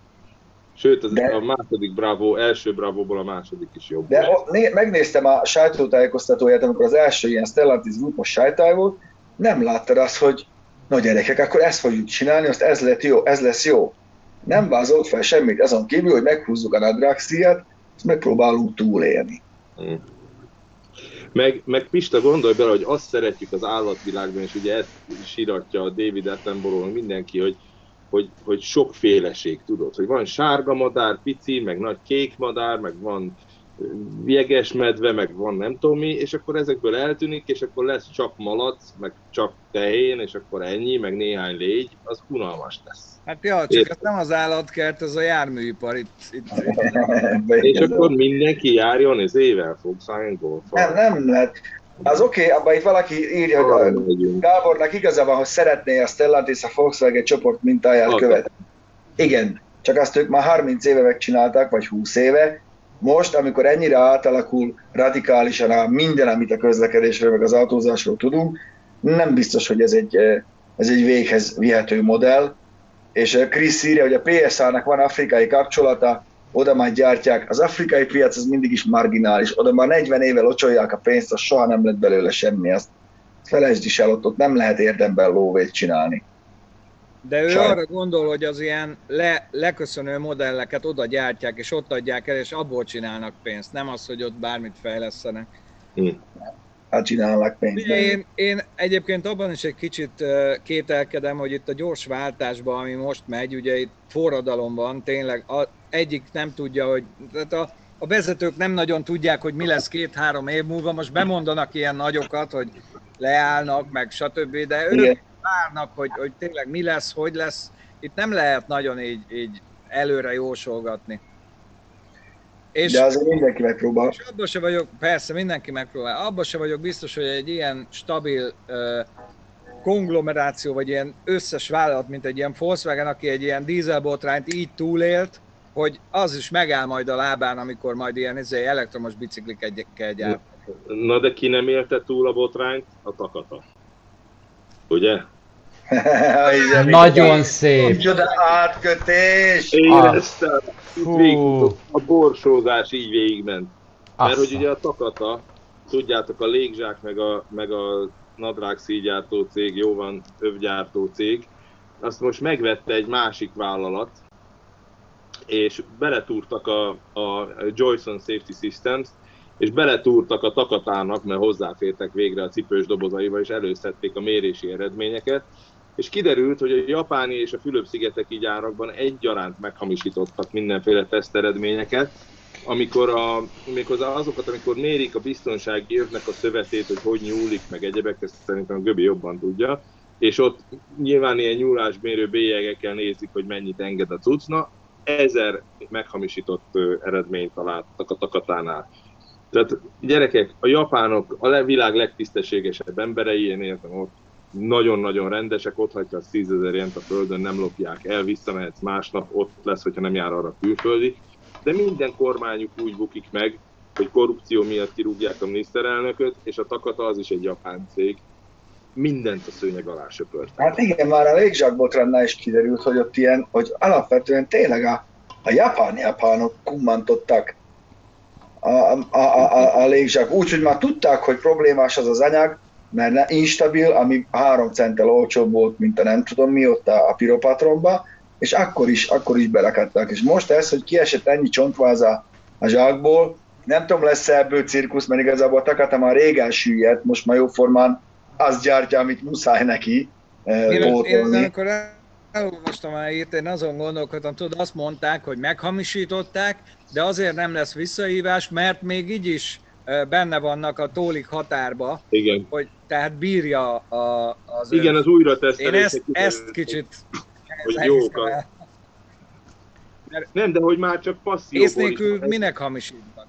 Sőt, az de, a második Bravo, első Bravóból a második is jobb. De o, né, megnéztem a sajtótájékoztatóját, amikor az első ilyen Stellantis grupos sajtály volt, nem láttad azt, hogy na gyerekek, akkor ezt fogjuk csinálni, azt ez, lett jó, ez lesz jó. Nem vázolt fel semmit azon kívül, hogy meghúzzuk a nadrágszíjat, és megpróbálunk túlélni. Hmm. Meg, meg Pista, gondolj bele, hogy azt szeretjük az állatvilágban, és ugye ezt síratja a David Attenborough, mindenki, hogy, hogy, hogy sokféleség, tudod, hogy van sárga madár, pici, meg nagy kék madár, meg van jeges medve, meg van nem tudom mi, és akkor ezekből eltűnik, és akkor lesz csak malac, meg csak tehén, és akkor ennyi, meg néhány légy, az unalmas lesz. Hát ja, csak és ez nem az állatkert, ez a járműipar itt. itt. És akkor mindenki járjon az ével Volkswagen-ból. Nem, nem lehet. Az oké, okay, abban itt valaki írja, hogy Gábornak igaza van, hogy szeretné a Stellantis a Volkswagen csoport mintáját okay. követni. Igen, csak azt ők már harminc éve megcsinálták, vagy húsz éve. Most, amikor ennyire átalakul radikálisan a minden, amit a közlekedésről, meg az autózásról tudunk, nem biztos, hogy ez egy, ez egy véghez vihető modell. És Chris írja, hogy a pé es á-nak van afrikai kapcsolata, oda már gyártják. Az afrikai piac az mindig is marginális, oda már negyven éve locsolják a pénzt, az soha nem lett belőle semmi. Azt felejtsd is el, ott, ott nem lehet érdemben lóvét csinálni. De ő Sajn. arra gondol, hogy az ilyen le, leköszönő modelleket oda gyártják, és ott adják el, és abból csinálnak pénzt. Nem az, hogy ott bármit fejlesztenek. Hmm. Hát csinálnak pénzt. Én, én egyébként abban is egy kicsit kételkedem, hogy itt a gyors váltásban, ami most megy, ugye itt forradalom van, tényleg a, egyik nem tudja, hogy tehát a, a vezetők nem nagyon tudják, hogy mi lesz két-három év múlva. Most bemondanak ilyen nagyokat, hogy leállnak, meg stb., de ők Igen. várnak, hogy, hogy tényleg mi lesz, hogy lesz. Itt nem lehet nagyon így, így előre jósolgatni. És, de azért mindenki megpróbál. És abban se vagyok, persze mindenki megpróbál, abban se vagyok biztos, hogy egy ilyen stabil uh, konglomeráció, vagy ilyen összes vállalat, mint egy ilyen Volkswagen, aki egy ilyen dízelbotrányt így túlélt, hogy az is megáll majd a lábán, amikor majd ilyen izé, elektromos biciklikkel gyárt. Na de ki nem élte túl a botrányt? A Takata. Ugye? Nagyon szép! Micsoda átkötés! Éreztem! A borsózás így végigment. Mert hogy ugye a Takata, tudjátok, a légzsák meg a, meg a nadrágszíjgyártó cég, jó van, övgyártó cég, azt most megvette egy másik vállalat, és beletúrtak a, a Joyson Safety Systems, és beletúrtak a Takatának, mert hozzáfértek végre a cipős dobozaival, és előszedték a mérési eredményeket, és kiderült, hogy a japáni és a Fülöp-szigeteki gyárakban egyaránt meghamisítottak mindenféle teszteredményeket, amikor a, amikor azokat, amikor mérik a biztonsági övnek a szövetét, hogy hogy nyúlik, meg egyebek, ezt szerintem a Göbi jobban tudja, és ott nyilván ilyen nyúlásmérő bélyegekkel nézik, hogy mennyit enged a cuccna, ezer meghamisított eredményt találtak a Takatánál. Tehát gyerekek, a japánok a világ legtisztességesebb emberei, én értem, ott nagyon-nagyon rendesek, ott hagyja a tízezer jent a földön, nem lopják el, visszamehetsz másnap, ott lesz, hogyha nem jár arra külföldi. De minden kormányuk úgy bukik meg, hogy korrupció miatt kirúgják a miniszterelnököt, és a Takata az is egy japán cég. Mindent a szőnyeg alá söpört. Hát igen, már a légzsákbotránynál is kiderült, hogy ott ilyen, hogy alapvetően tényleg a, a japán-japánok kummantottak a, a, a, a, a légzsák. Úgyhogy már tudták, hogy problémás az az anyag, mert instabil, ami három centtel olcsóbb volt, mint a nem tudom mi ott a, a piropatronba, és akkor is, akkor is belekadtak. És most ez, hogy kiesett ennyi csontváz a, a zsákból, nem tudom, lesz ebből cirkusz, mert igazából a Takata már régen süllyedt, most már jóformán azt gyártja, amit muszáj neki pótolni. Én, én amikor elolvastam a írt, én azon gondolkodtam, tudod, azt mondták, hogy meghamisították, de azért nem lesz visszahívás, mert még így is benne vannak a tólik határba, igen. Hogy tehát bírja a, az igen, ön. Az újra tesztelés. Én ezt, ezt kicsit... Hogy jók Nem, de hogy már csak passzív. Ész nélkül minek hamisítgatnak?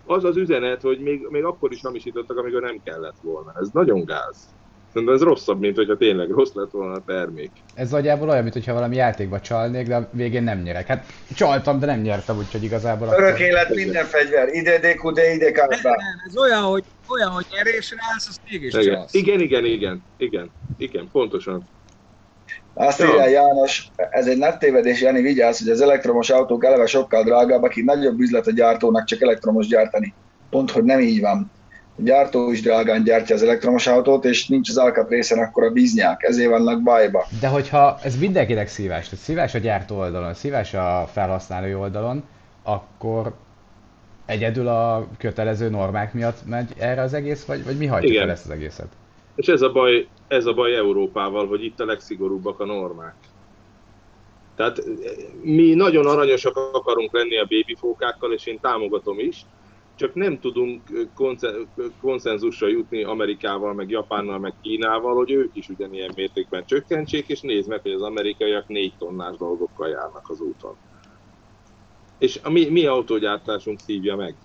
az az üzenet, hogy még, még akkor is hamisítottak, amikor nem kellett volna. Ez nagyon gáz. Szerintem ez rosszabb, mint hogyha tényleg rossz lett volna a termék. Ez nagyjából olyan, mintha valami játékba csalnék, de a végén nem nyerek. Hát csaltam, de nem nyertem, úgyhogy igazából... Örök akkor... élet minden fegyver. Ide dé kú dé, ide ká Nem, bá. nem, ez olyan, hogy, olyan, hogy nyerésre állsz, azt mégis Igen. csalsz. igen, igen, igen, igen, igen, pontosan. Azt Ja. írja János, ez egy nagy tévedés, Jani, vigyázz, hogy az elektromos autók eleve sokkal drágábbak, aki nagyobb üzlet a gyártónak csak elektromos gyártani. Pont, hogy nem így van. A gyártó is drágán gyártja az elektromos autót, és nincs az alkatrészen akkora bíznyák, ezért vannak bajba. De hogyha ez mindenkinek szívás, tehát szívás a gyártó oldalon, szívás a felhasználói oldalon, akkor egyedül a kötelező normák miatt megy erre az egész, vagy, vagy mi hajtjuk Igen. el ezt az egészet? És ez a baj, ez a baj Európával, hogy itt a legszigorúbbak a normák. Tehát mi nagyon aranyosak akarunk lenni a bébifókákkal, és én támogatom is, csak nem tudunk konszenzusra jutni Amerikával, meg Japánnal, meg Kínával, hogy ők is ugyanilyen mértékben csökkentsék, és nézd meg, hogy az amerikaiak négy tonnás dolgokkal járnak az úton. És a mi, mi autógyártásunk szívja meg.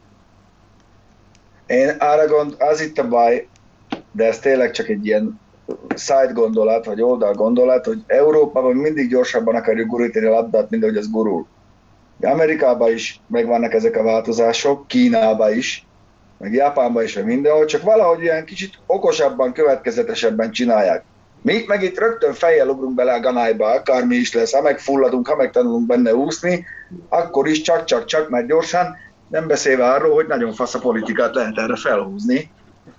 Én arra gond, az itt a baj, de ez tényleg csak egy ilyen side gondolat, vagy oldal gondolat, hogy Európában mindig gyorsabban akarjuk gurítani a labdát, mint ahogy az gurul. De Amerikában is megvannak ezek a változások, Kínában is, meg Japánban is, meg mindenhol, csak valahogy ilyen kicsit okosabban, következetesebben csinálják. Mi meg itt rögtön fejjel ugrunk bele a ganályba, akármi is lesz, ha megfulladunk, ha megtanulunk benne úszni, akkor is csak-csak-csak, mert gyorsan, nem beszélve arról, hogy nagyon fasz a politikát lehet erre felhúzni,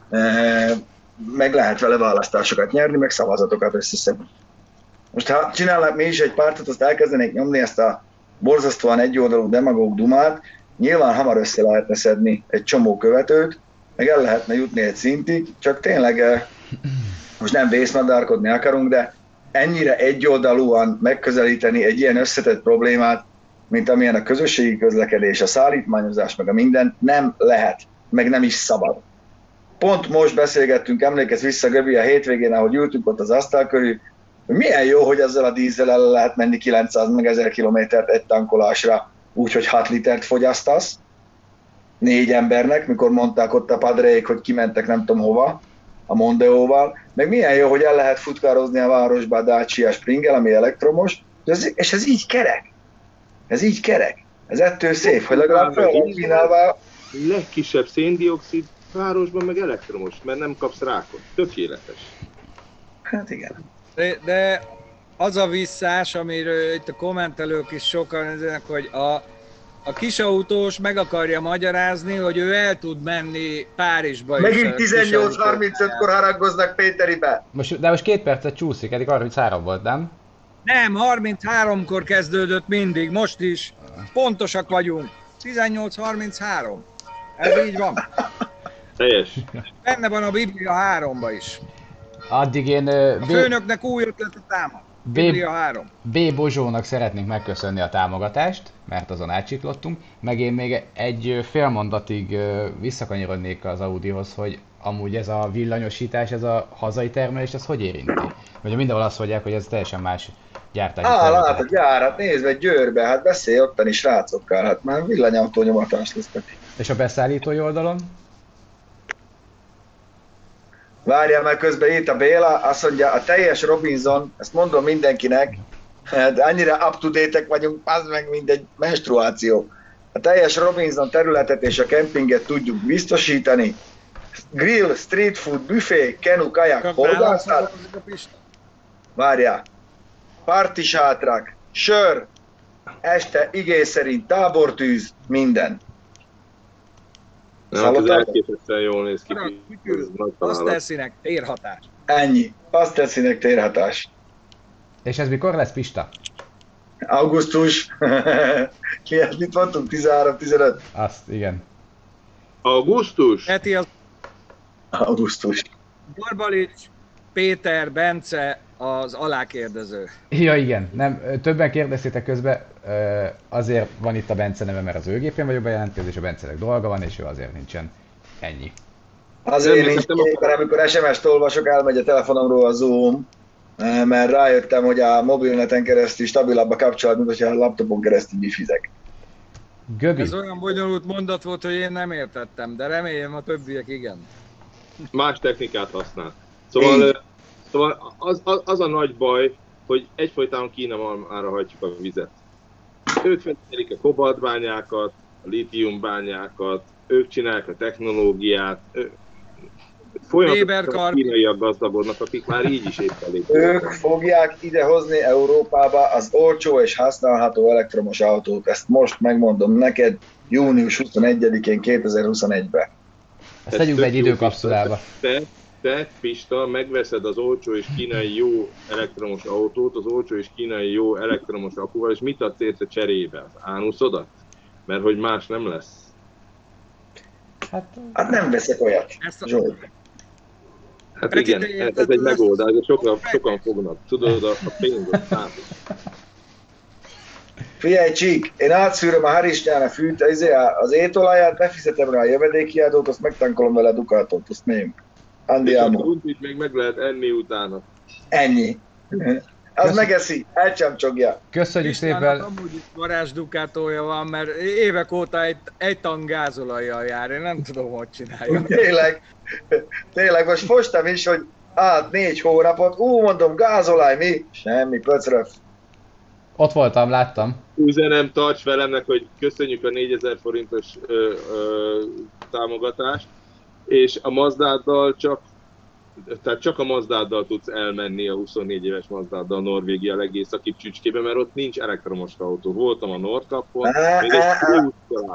meg lehet vele választásokat nyerni, meg szavazatokat összeszedni. Most ha csinálnak mi is egy pártot, azt elkezdenék nyomni ezt a borzasztóan egyoldalú demagóg dumát, nyilván hamar össze lehetne szedni egy csomó követőt, meg el lehetne jutni egy szintig, csak tényleg most nem vésznadárkodni akarunk, de ennyire egyoldalúan megközelíteni egy ilyen összetett problémát, mint amilyen a közösségi közlekedés, a szállítmányozás, meg a minden, nem lehet, meg nem is szabad. Pont most beszélgettünk, emlékezz vissza, Göbi, a hétvégén, ahogy ültünk ott az asztal körül, hogy milyen jó, hogy ezzel a dízzel el lehet menni kilencszáz meg ezer kilométert egy tankolásra, úgyhogy hat litert fogyasztasz négy embernek, mikor mondták ott a padrék, hogy kimentek nem tudom hova, a Mondeóval, meg milyen jó, hogy el lehet futkározni a városba a Dacia Springgel, ami elektromos, és ez így kerek. Ez így kerek. Ez ettől szép, hogy legalább fel van kínálva. Legkisebb széndioxid városban meg elektromos, mert nem kapsz rákot. Tökéletes. Hát igen. De, de az a visszás, amiről itt a kommentelők is sokan ezenek, hogy a, a kisautós meg akarja magyarázni, hogy ő el tud menni Párizsba. Megint tizennyolc harmincötkor haragoznak Péteribe. Most, de most két percet csúszik, eddig harminchárom volt, nem? Nem, harmincháromkor kezdődött mindig, most is. Pontosak vagyunk. tizennyolc harminchárom. Ez így van. Helyes. Benne van a Biblia háromba is. Addig én... A főnöknek új ötlet a támad. Biblia három. B. Bozsónak szeretnénk megköszönni a támogatást, mert azon átsiklottunk, meg én még egy fél mondatig visszakanyarodnék az Audihoz, hogy amúgy ez a villanyosítás, ez a hazai termelés, ez hogy érinti? Vagy mindenhol azt mondják, hogy ez teljesen más gyártási Á, terület. látod, jár, hát nézd meg Győrbe, hát beszélj ottani srácokkal, hát már villanyautó nyomatás lesz, Peti. És a beszállítói oldalon? Várjál, mert közben írt a Béla, azt mondja, a teljes Robinson, ezt mondom mindenkinek, de annyira up-to-date-ek vagyunk, az meg mint egy menstruáció. A teljes Robinson területet és a kempinget tudjuk biztosítani. Grill, street food, buffet, kenu, kajak, horgászat. Várjál. Parti sátrak, sör, este igény szerint tábortűz, minden. Nem, ez elképesztően jól néz ki. Azt teszinek, térhatás. Ennyi. Azt teszinek térhatás. És ez mikor lesz, Pista? Augusztus. Mit mondtunk? tizenhárom tizenöt? Azt, igen. Augusztus? Peti az... Augusztus. Barbalics, Péter, Bence az alákérdező. Ja, igen. Nem, többen kérdeztétek közben, azért van itt a Bence neve, mert az ő gépén vagyok bejelentkezés, a Bencenek dolga van, és ő azért nincsen. Ennyi. Azért nincs képen, amikor es em est olvasok, elmegy a telefonomról a Zoom, mert rájöttem, hogy a mobilneten keresztül stabilabb a kapcsolat, mint hogyha a laptopon keresztül bifizek. Göbi. Ez olyan bonyolult mondat volt, hogy én nem értettem, de remélem a többiek igen. Más technikát használ. Szóval, szóval az, az, az a nagy baj, hogy egyfolytában Kína malmára hagyjuk a vizet. Ők figyelik a kobaltbányákat, a lítiumbányákat, ők csinálják a technológiát, folyamatosan a kínaiak gazdagodnak, akik már így is éppen Ők fogják idehozni Európába az olcsó és használható elektromos autót. Ezt most megmondom neked június huszonegyedikén kétezer-huszonegyben. Ezt tegyünk be egy időkapszulába. Te, te, Pista, megveszed az olcsó és kínai jó elektromos autót, az olcsó és kínai jó elektromos akkuval, és mit adsz érte cserébe? Az ánuszodat? Mert hogy más nem lesz. Hát, hát nem veszek olyat, Zsolt. Hát igen, ez egy megoldás, de sokan, sokan fognak. Tudod, a, a pénz az számít. Figyelj, Csík, én átszűröm a harisnyán a fűt, az étolaját, befizetem rá a jövedéki adót, azt megtankolom vele a Ducatot, azt nem. Andi És a Ámon. krumplit még meg lehet enni utána. Ennyi. Az megeszi, elcsamcsogja. Köszönjük szépen. Amúgy is varázs Ducatója van, mert évek óta egy, egy tank gázolajjal jár, én nem tudom, hogy csinálja. Tényleg, tényleg, most fostam is, hogy át négy hónapot, ú, mondom, gázolaj, mi? Semmi, pöcröf. Ott voltam, láttam. Üzenem, tarts velemnek, hogy köszönjük a négyezer forintos ö, ö, támogatást, és a Mazdáddal csak, tehát csak a Mazdáddal tudsz elmenni, a huszonnégy éves Mazdáddal Norvégia legészakibb csücskébe, mert ott nincs elektromos autó. Voltam a Nordkapon, még egy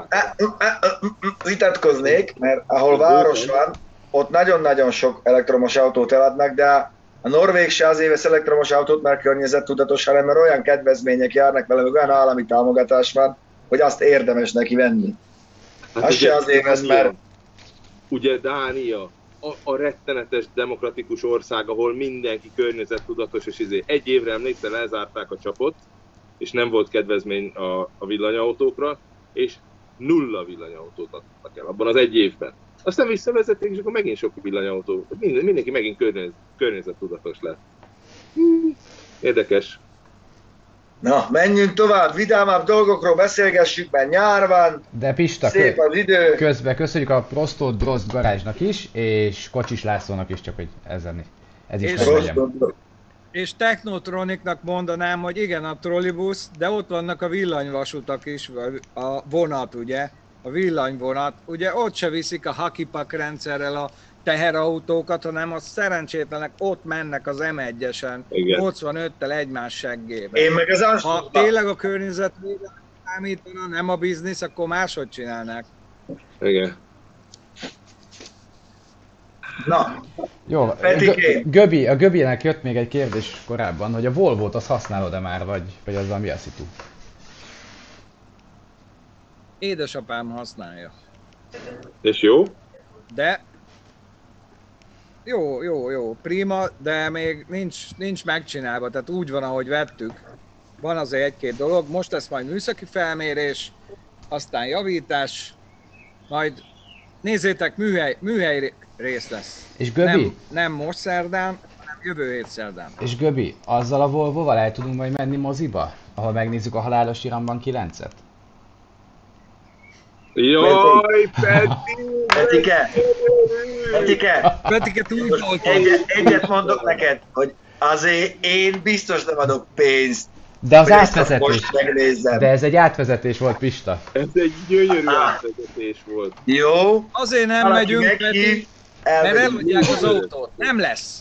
vitatkoznék, mert ahol város van, ott nagyon-nagyon sok elektromos autót eladnak, de a norvég se azért vesz elektromos autót, mert környezettudatos, hanem mert olyan kedvezmények járnak vele, olyan állami támogatás van, hogy azt érdemes neki venni. Hát az se azért vesz, mert... Ugye Dánia, a, a rettenetes demokratikus ország, ahol mindenki környezettudatos, és izé. Egy évre emlékszel, lezárták a csapot, és nem volt kedvezmény a, a villanyautókra, és nulla villanyautót adtak el abban az egy évben. Aztán visszavezették, és akkor megint sok villanyautó. Minden, mindenki megint környezet, környezettudatos lett. Érdekes. Na, menjünk tovább, vidámabb dolgokról beszélgessük, mert nyár van, de Pista, szép az idő. Közben köszönjük a Prostó Drozd garázsnak is, és Kocsis Lászlónak is, csak hogy ezen ez is meglegyen. És Technotronicnak mondanám, hogy igen, a trollibusz, de ott vannak a villanyvasutak is, a vonat, ugye, a villanyvonat. Ugye ott se viszik a hakipak rendszerrel a teherautókat, hanem a szerencsétlenek ott mennek az em egyesen, nyolcvanöttel egymás seggébe. Én meg az azt Ha tényleg a környezetvédelem számítana, nem a biznisz, akkor máshogy csinálnák. Igen. Na, jó, Göbi, a Göbinek jött még egy kérdés korábban, hogy a Volvót azt használod-e már, vagy, vagy azzal mi a szitu? Édesapám használja. És jó? De jó, jó, jó, prima, de még nincs, nincs megcsinálva, tehát úgy van, ahogy vettük. Van azért egy-két dolog, most lesz majd műszaki felmérés, aztán javítás, majd nézzétek, műhely, műhely rész lesz. És Göbi? Nem, nem most szerdán, hanem jövő hét szerdán. És Göbi, azzal a Volvoval el tudunk majd menni moziba, ahol megnézzük a Halálos Iramban kilencet? Jaj, Peti! Petike! Petike! Petike túltoltad! Egyet, egyet mondok neked, hogy azért én biztos nem adok pénzt. De az átvezetés. De ez egy átvezetés volt, Pista. Ez egy gyönyörű ah. átvezetés volt. Jó. Azért nem Valaki megyünk, Peti, mert elmondják az autót. Nem lesz.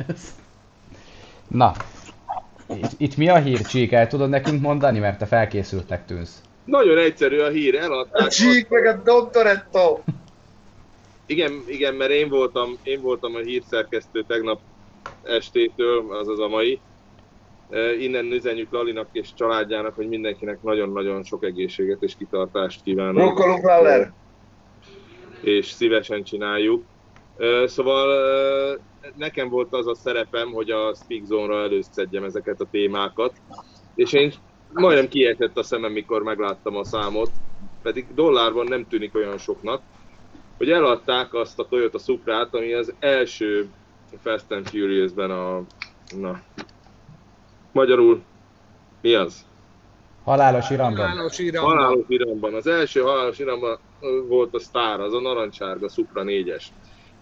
Na, itt, itt mi a hír, Csík? El tudod nekünk mondani, mert te felkészültnek tűnsz. Nagyon egyszerű a hír, eladták. A Csík meg a Doktoretto. Igen, igen, mert én voltam, én voltam a hírszerkesztő tegnap estétől, azaz a mai. Innen üzenjük Lalinak és családjának, hogy mindenkinek nagyon-nagyon sok egészséget és kitartást kívánok. Rokkolunk Laller! És szívesen csináljuk. Szóval nekem volt az a szerepem, hogy a Speak Zone-ra előszedjem ezeket a témákat. És én majdnem kiesett a szemem, mikor megláttam a számot, pedig dollárban nem tűnik olyan soknak, hogy eladták azt a Toyota Suprát, ami az első Fast and Furious-ben a... Na, magyarul mi az? Halálos iramban. Halálos iramban. Halálos iramban. Az első halálos iramban volt a sztár, az a narancsárga Supra négyes.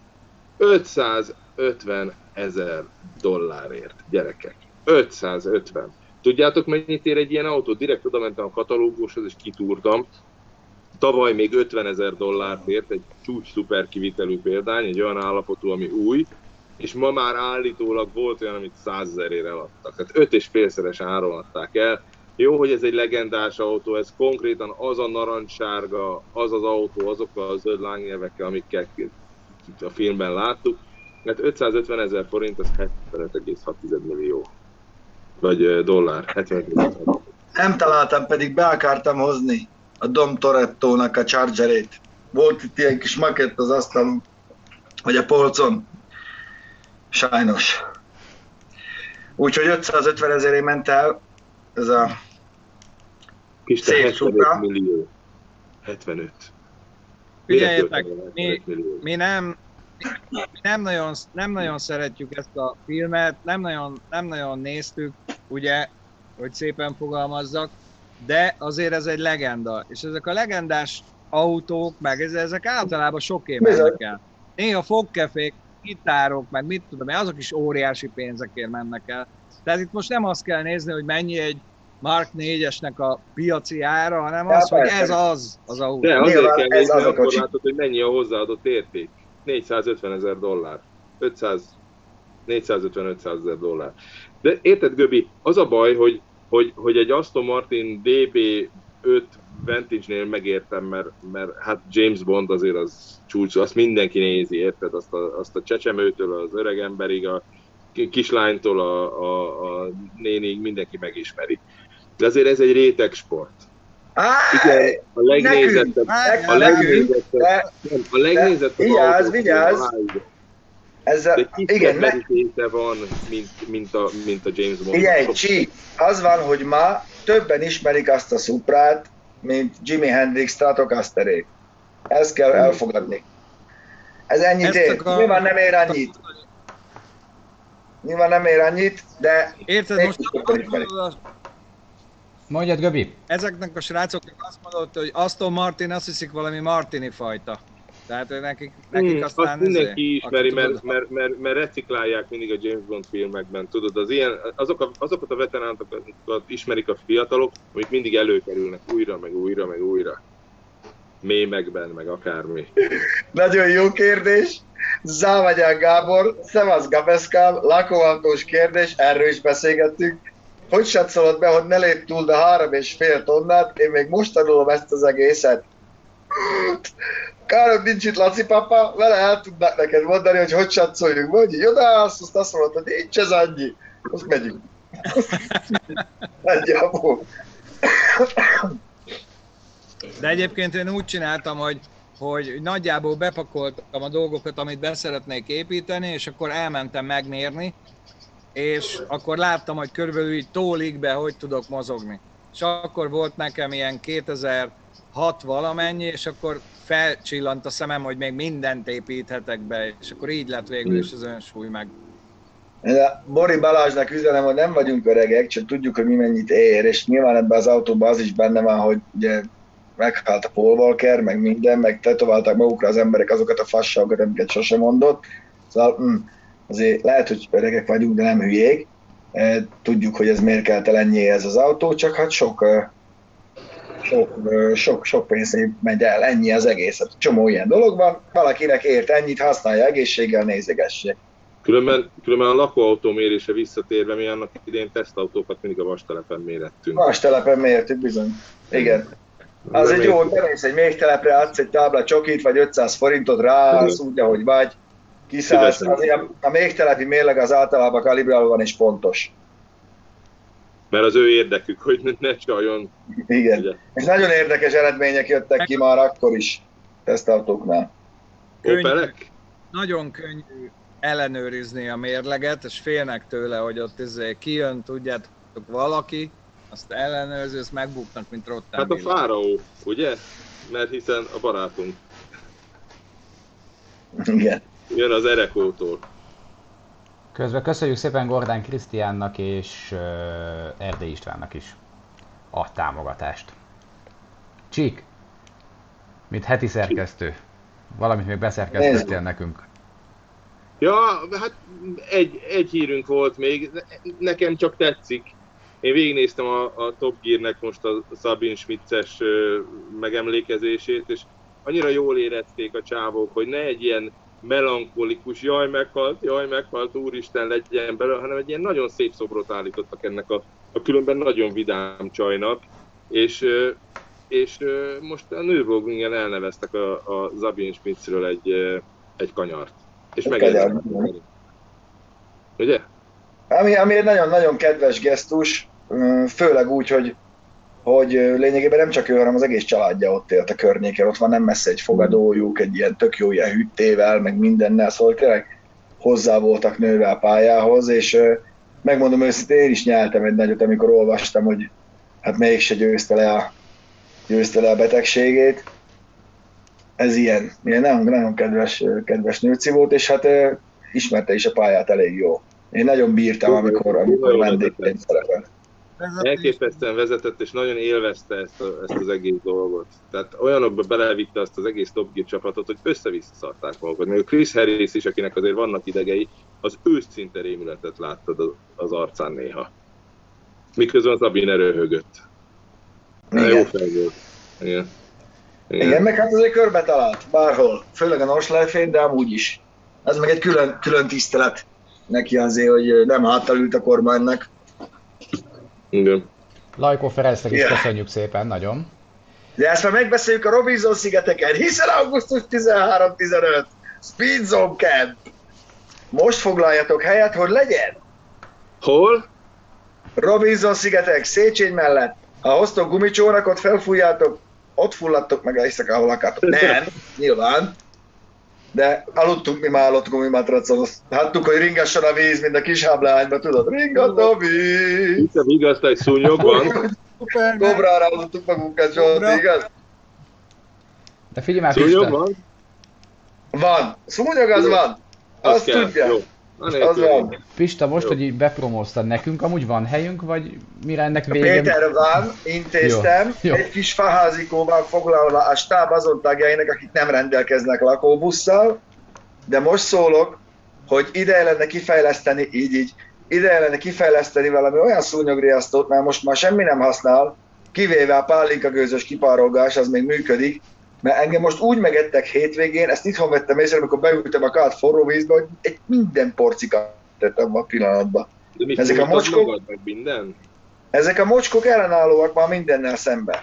ötszázötven ezer dollárért, gyerekek. ötszázötven. Tudjátok, mennyit ér egy ilyen autó? Direkt oda mentem a katalógushoz, és kitúrtam. Tavaly még ötven ezer dollárt ért, egy csúcs szuper kivitelű példány, egy olyan állapotú, ami új, és ma már állítólag volt olyan, amit százezerért eladtak. Tehát öt és félszeres áron adták el. Jó, hogy ez egy legendás autó, ez konkrétan az a narancssárga, az az autó, azokkal a zöld lángnyelvekkel, amikkel a filmben láttuk, mert ötszázötven ezer forint, az hetvenöt egész hat millió. Vagy dollár, hetvenöt egész hat. Nem találtam, pedig be akartam hozni a Dom Toretto-nak a Chargerét. Volt itt ilyen kis makett az asztalon, vagy a polcon. Sajnos. Úgyhogy ötszázötven ezeré ment el ez a Isten, szép hetvenöt Supra. millió. hetvenöt. Figyeljetek, mi, mi nem, nem, nagyon, nem nagyon szeretjük ezt a filmet, nem nagyon, nem nagyon néztük, ugye, hogy szépen fogalmazzak, de azért ez egy legenda, és ezek a legendás autók, meg ezek általában soké mennek el. Néha fogkefék, gitárok, meg mit tudom, azok is óriási pénzekért mennek el. Tehát itt most nem azt kell nézni, hogy mennyi egy Mark négyesnek a piaci ára, hanem az, hogy ez az az autó. De azért Nyilván kell ez nézni, az a akkor kocsi. látod, hogy mennyi a hozzáadott érték. négyszázötven ezer dollár. ötszáz, négyszázötven-ötszáz ezer dollár. De érted, Göbi, az a baj, hogy, hogy, hogy egy Aston Martin dé bé öt Vantage-nél megértem, mert, mert hát James Bond azért az csúcs, azt mindenki nézi, érted? Azt a, azt a csecsemőtől az öregemberig, a kislánytól a, a, a nénig mindenki megismeri. De azért ez egy rétegsport. Igen, a legnézettebb, nekünk, a legnézettebb, de- nem, a legnézettebb vigyázz, autó, vigyázz. de Ezzel, kisebb igen, ne, merítése van, mint, mint, a, mint a James Bond. figyelj, Csi, az van, hogy ma többen ismerik azt a Suprát, mint Jimi Hendrix Stratocasterét. Ezt kell elfogadni. Ez ennyit Ezt ér. akar- Nyilván nem ér annyit. Nyilván nem ér annyit, de Érted, még most többen ismerik. Mondjad, Göbi. ezeknek a srácoknak azt mondod, hogy Aston Martin azt hiszik valami Martini fajta. Tehát hogy nekik, nekik Hmm, aztán azt mindenki ezért, ismeri, aki mert, tudod, mert, mert, mert reciklálják mindig a James Bond filmekben, tudod, az ilyen, azok a, azokat a veteránokat ismerik a fiatalok, amik mindig előkerülnek újra, meg újra, meg újra. Mémekben, meg akármi. Nagyon jó kérdés. Závagyán Gábor, Szevasz Gabeszkám, lakóautós kérdés, erről is beszélgettünk. Hogy satszolod be, hogy ne lép túl a három és fél tonnát? Én még most tanulom ezt az egészet. Kár, hogy nincs itt Laci papa, vele el tudnak neked mondani, hogy hogy satszoljuk. Mondj, így odaállsz, azt azt mondod, hogy nincs ez annyi. Most megyünk. Nagyjából. De egyébként én úgy csináltam, hogy, hogy nagyjából bepakoltam a dolgokat, amit be szeretnék építeni, és akkor elmentem megmérni, és akkor láttam, hogy körülbelül így tólig be, hogy tudok mozogni. És akkor volt nekem ilyen kétezer-hat valamennyi, és akkor felcsillant a szemem, hogy még mindent építhetek be, és akkor így lett végül is az önsúly meg. De Bori Balázsnak üzenem, hogy nem vagyunk öregek, csak tudjuk, hogy mi mennyit ér, és nyilván ebben az autóban az is benne van, hogy ugye meghalt a Paul Walker, meg minden, meg tetoválták magukra az emberek azokat a fasságokat, amiket sose mondott. Szóval mm, azért lehet, hogy öregek vagyunk, de nem hülyék. E, tudjuk, hogy ez miért kelt el ennyi ez az autó, csak hát sok, sok, sok, sok pénz megy el, ennyi az egész. Hát csomó ilyen dolog van, valakinek ért ennyit, használja egészséggel, nézegessék. Különben, különben a lakóautó mérése visszatérve, mi annak idén tesztautókat mindig a vastelepen mérettünk. Más telepen mértük bizony. Igen. Az egy jó, bemész egy méhtelepre, adsz egy tábla csokit, vagy ötszáz forintot ráállsz, úgy, ahogy vagy, kiszállsz. Azért a méhtelepi mérleg az általában kalibrálva van és pontos. Mert az ő érdekük, hogy ne csaljon. Igen. Ugye? És nagyon érdekes eredmények jöttek ki már akkor is tesztautóknál. Könnyű. Opelek? Nagyon könnyű ellenőrizni a mérleget, és félnek tőle, hogy ott izé kijön, tudjátok, valaki, azt ellenőrzi, ezt megbuknak, mint Hát rottán. a fáraó, ugye? Mert hiszen a barátunk Igen. jön az Erekótól. Közben köszönjük szépen Gordán Krisztiánnak és uh, Erdély Istvánnak is. a támogatást. Csík, mint heti szerkesztő, valamit még beszerkesztettél nekünk. Ja, hát egy, egy hírünk volt még, nekem csak tetszik. Én végignéztem a, a Top Gear-nek most a Sabine Schmitz-es megemlékezését, és annyira jól érezték a csávók, hogy ne egy ilyen melankolikus, jaj meghalt, jaj meghalt, úristen legyen belőle, hanem egy ilyen nagyon szép szobrot állítottak ennek a, a különben nagyon vidám csajnak, és, és most a Nürburgringen elneveztek a, a Sabine Schmitzről egy, egy kanyart. És megengedett. Ugye? Ami, ami egy nagyon-nagyon kedves gesztus, főleg úgy, hogy, hogy lényegében nem csak ő, hanem az egész családja ott élt a környéken, ott van nem messze egy fogadójuk, egy ilyen tök jó ilyen hűtével, meg mindennel, szóval tényleg hozzá voltak nőve a pályához, és megmondom őszintén, én is nyeltem egy nagyot, amikor olvastam, hogy hát mégse győzte le a, győzte le a betegségét. Ez ilyen, ilyen nagyon, nagyon kedves, kedves nőci volt, és hát ismerte is a pályát elég jó. Én nagyon bírtam, amikor, amikor vendégként szerepelt. Elképesztően vezetett, és nagyon élvezte ezt, a, ezt az egész dolgot. Tehát olyanokba belevitte azt az egész Top Gear csapatot, hogy össze-vissza szarták magukat. Még a Chris Harris is, akinek azért vannak idegei, az őszinte rémületet láttad az arcán néha. Miközben az Sabine röhögött. Igen. Jó fel volt. Igen. Igen. Igen, meg hát azért körbe talált, bárhol. Főleg a Nordschleife-én, de amúgy is. Ez meg egy külön, külön tisztelet neki azért, hogy nem háttal ült a kormánynak. Igen. Lajkó Ferencnek is yeah. köszönjük szépen, nagyon. De ezt már megbeszéljük a Robinson-szigeteken, hiszen augusztus tizenharmadika tizenöt Speed Zone Camp. Most foglaljatok helyet, hogy legyen. Hol? Robinson-szigetek, Széchenyi mellett. Ha hoztok gumicsónakot, felfújjátok, ott fulladtok meg éjszaka, ahol akartok. Nem, nyilván. De aludtunk mi már ott gumimatracon, láttuk, hogy ringasson a víz, mint a kis háblányban, tudod, ringat a víz. Itt a vigaszt, egy szúnyog van. Kobrára aludtuk magunkat, Zsolti, igaz? De figyelj már, Szúnyog Pista. van? Van, szúnyog az van. Azt kell. tudja. Jó. Az van. Pista, most, Jó. hogy így bepromóztad nekünk, amúgy van helyünk, vagy mire ennek vége? Péter van, intéztem, Jó. Jó. egy kis faházikóban foglalva a stáb azon tagjainak, akik nem rendelkeznek lakóbusszal, de most szólok, hogy ideje lenne kifejleszteni, így így, ideje lenne kifejleszteni valami olyan szúnyogriasztót, mert most már semmi nem használ, kivéve a pálinkagőzös kipárolgás, az még működik, mert engem most úgy megettek hétvégén, ezt itthon vettem észre, amikor beültem a kát forró vízbe, hogy egy minden porcikát tettem a pillanatban. De mit Ezek a fújtad mocskok- magad, meg minden? Ezek a mocskok ellenállóak már mindennel szemben.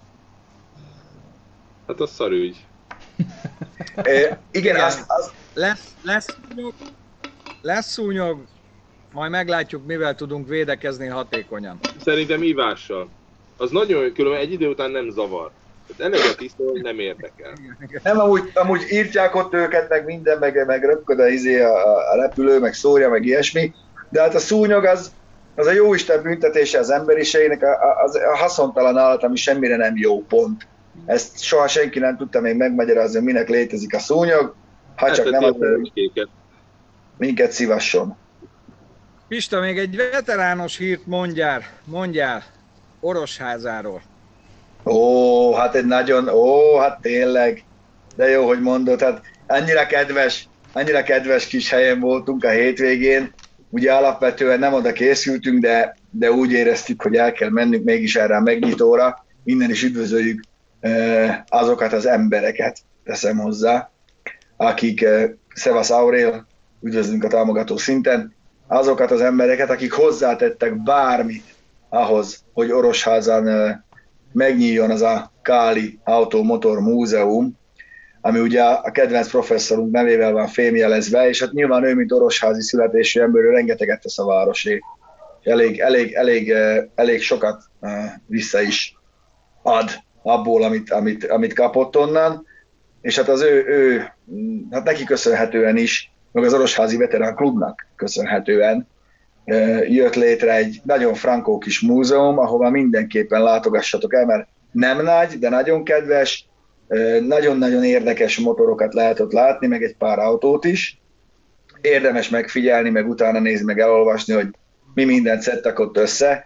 Hát az szarügy. É, igen, Igen. az, az, Lesz, lesz szúnyog, lesz szúnyog, majd meglátjuk, mivel tudunk védekezni hatékonyan. Szerintem ívással. Az nagyon, különben egy idő után nem zavar. Tehát ennek a tiszta, hogy nem érdekel. nem, amúgy, amúgy írtják ott őket, meg minden, meg, meg röpköd a, izé, a, a repülő, meg szórja, meg ilyesmi, de hát a szúnyog az, az a jóisten büntetése az emberiségnek, a, a, az a haszontalan állat, ami semmire nem jó, pont. Ezt soha senki nem tudta még megmagyarázni, hogy minek létezik a szúnyog, ha csak nem az, hogy minket szívasson. Pista, még egy veterános hírt mondjál, mondjál Orosházáról. Ó, hát egy nagyon, ó, hát tényleg, de jó, hogy mondod, hát annyira kedves, annyira kedves kis helyen voltunk a hétvégén, ugye alapvetően nem oda készültünk, de, de úgy éreztük, hogy el kell mennünk mégis erre a megnyitóra, innen is üdvözöljük eh, azokat az embereket, teszem hozzá, akik, eh, Szevasz Aurél, üdvözlünk a támogató szinten, azokat az embereket, akik hozzátettek bármit ahhoz, hogy Orosházán eh, megnyíljon az a Káli Automotor Múzeum, ami ugye a kedvenc professzorunk nevével van fémjelezve, és hát nyilván ő, mint orosházi születésű ember, rengeteget tesz a városé. Elég, elég, elég, elég sokat vissza is ad abból, amit, amit, amit kapott onnan, és hát az ő, ő, hát neki köszönhetően is, meg az Orosházi Veterán Klubnak köszönhetően jött létre egy nagyon frankó kis múzeum, ahova mindenképpen látogassatok el, mert nem nagy, de nagyon kedves, nagyon-nagyon érdekes motorokat lehet ott látni, meg egy pár autót is. Érdemes megfigyelni, meg utána nézni, meg elolvasni, hogy mi mindent szedtek ott össze.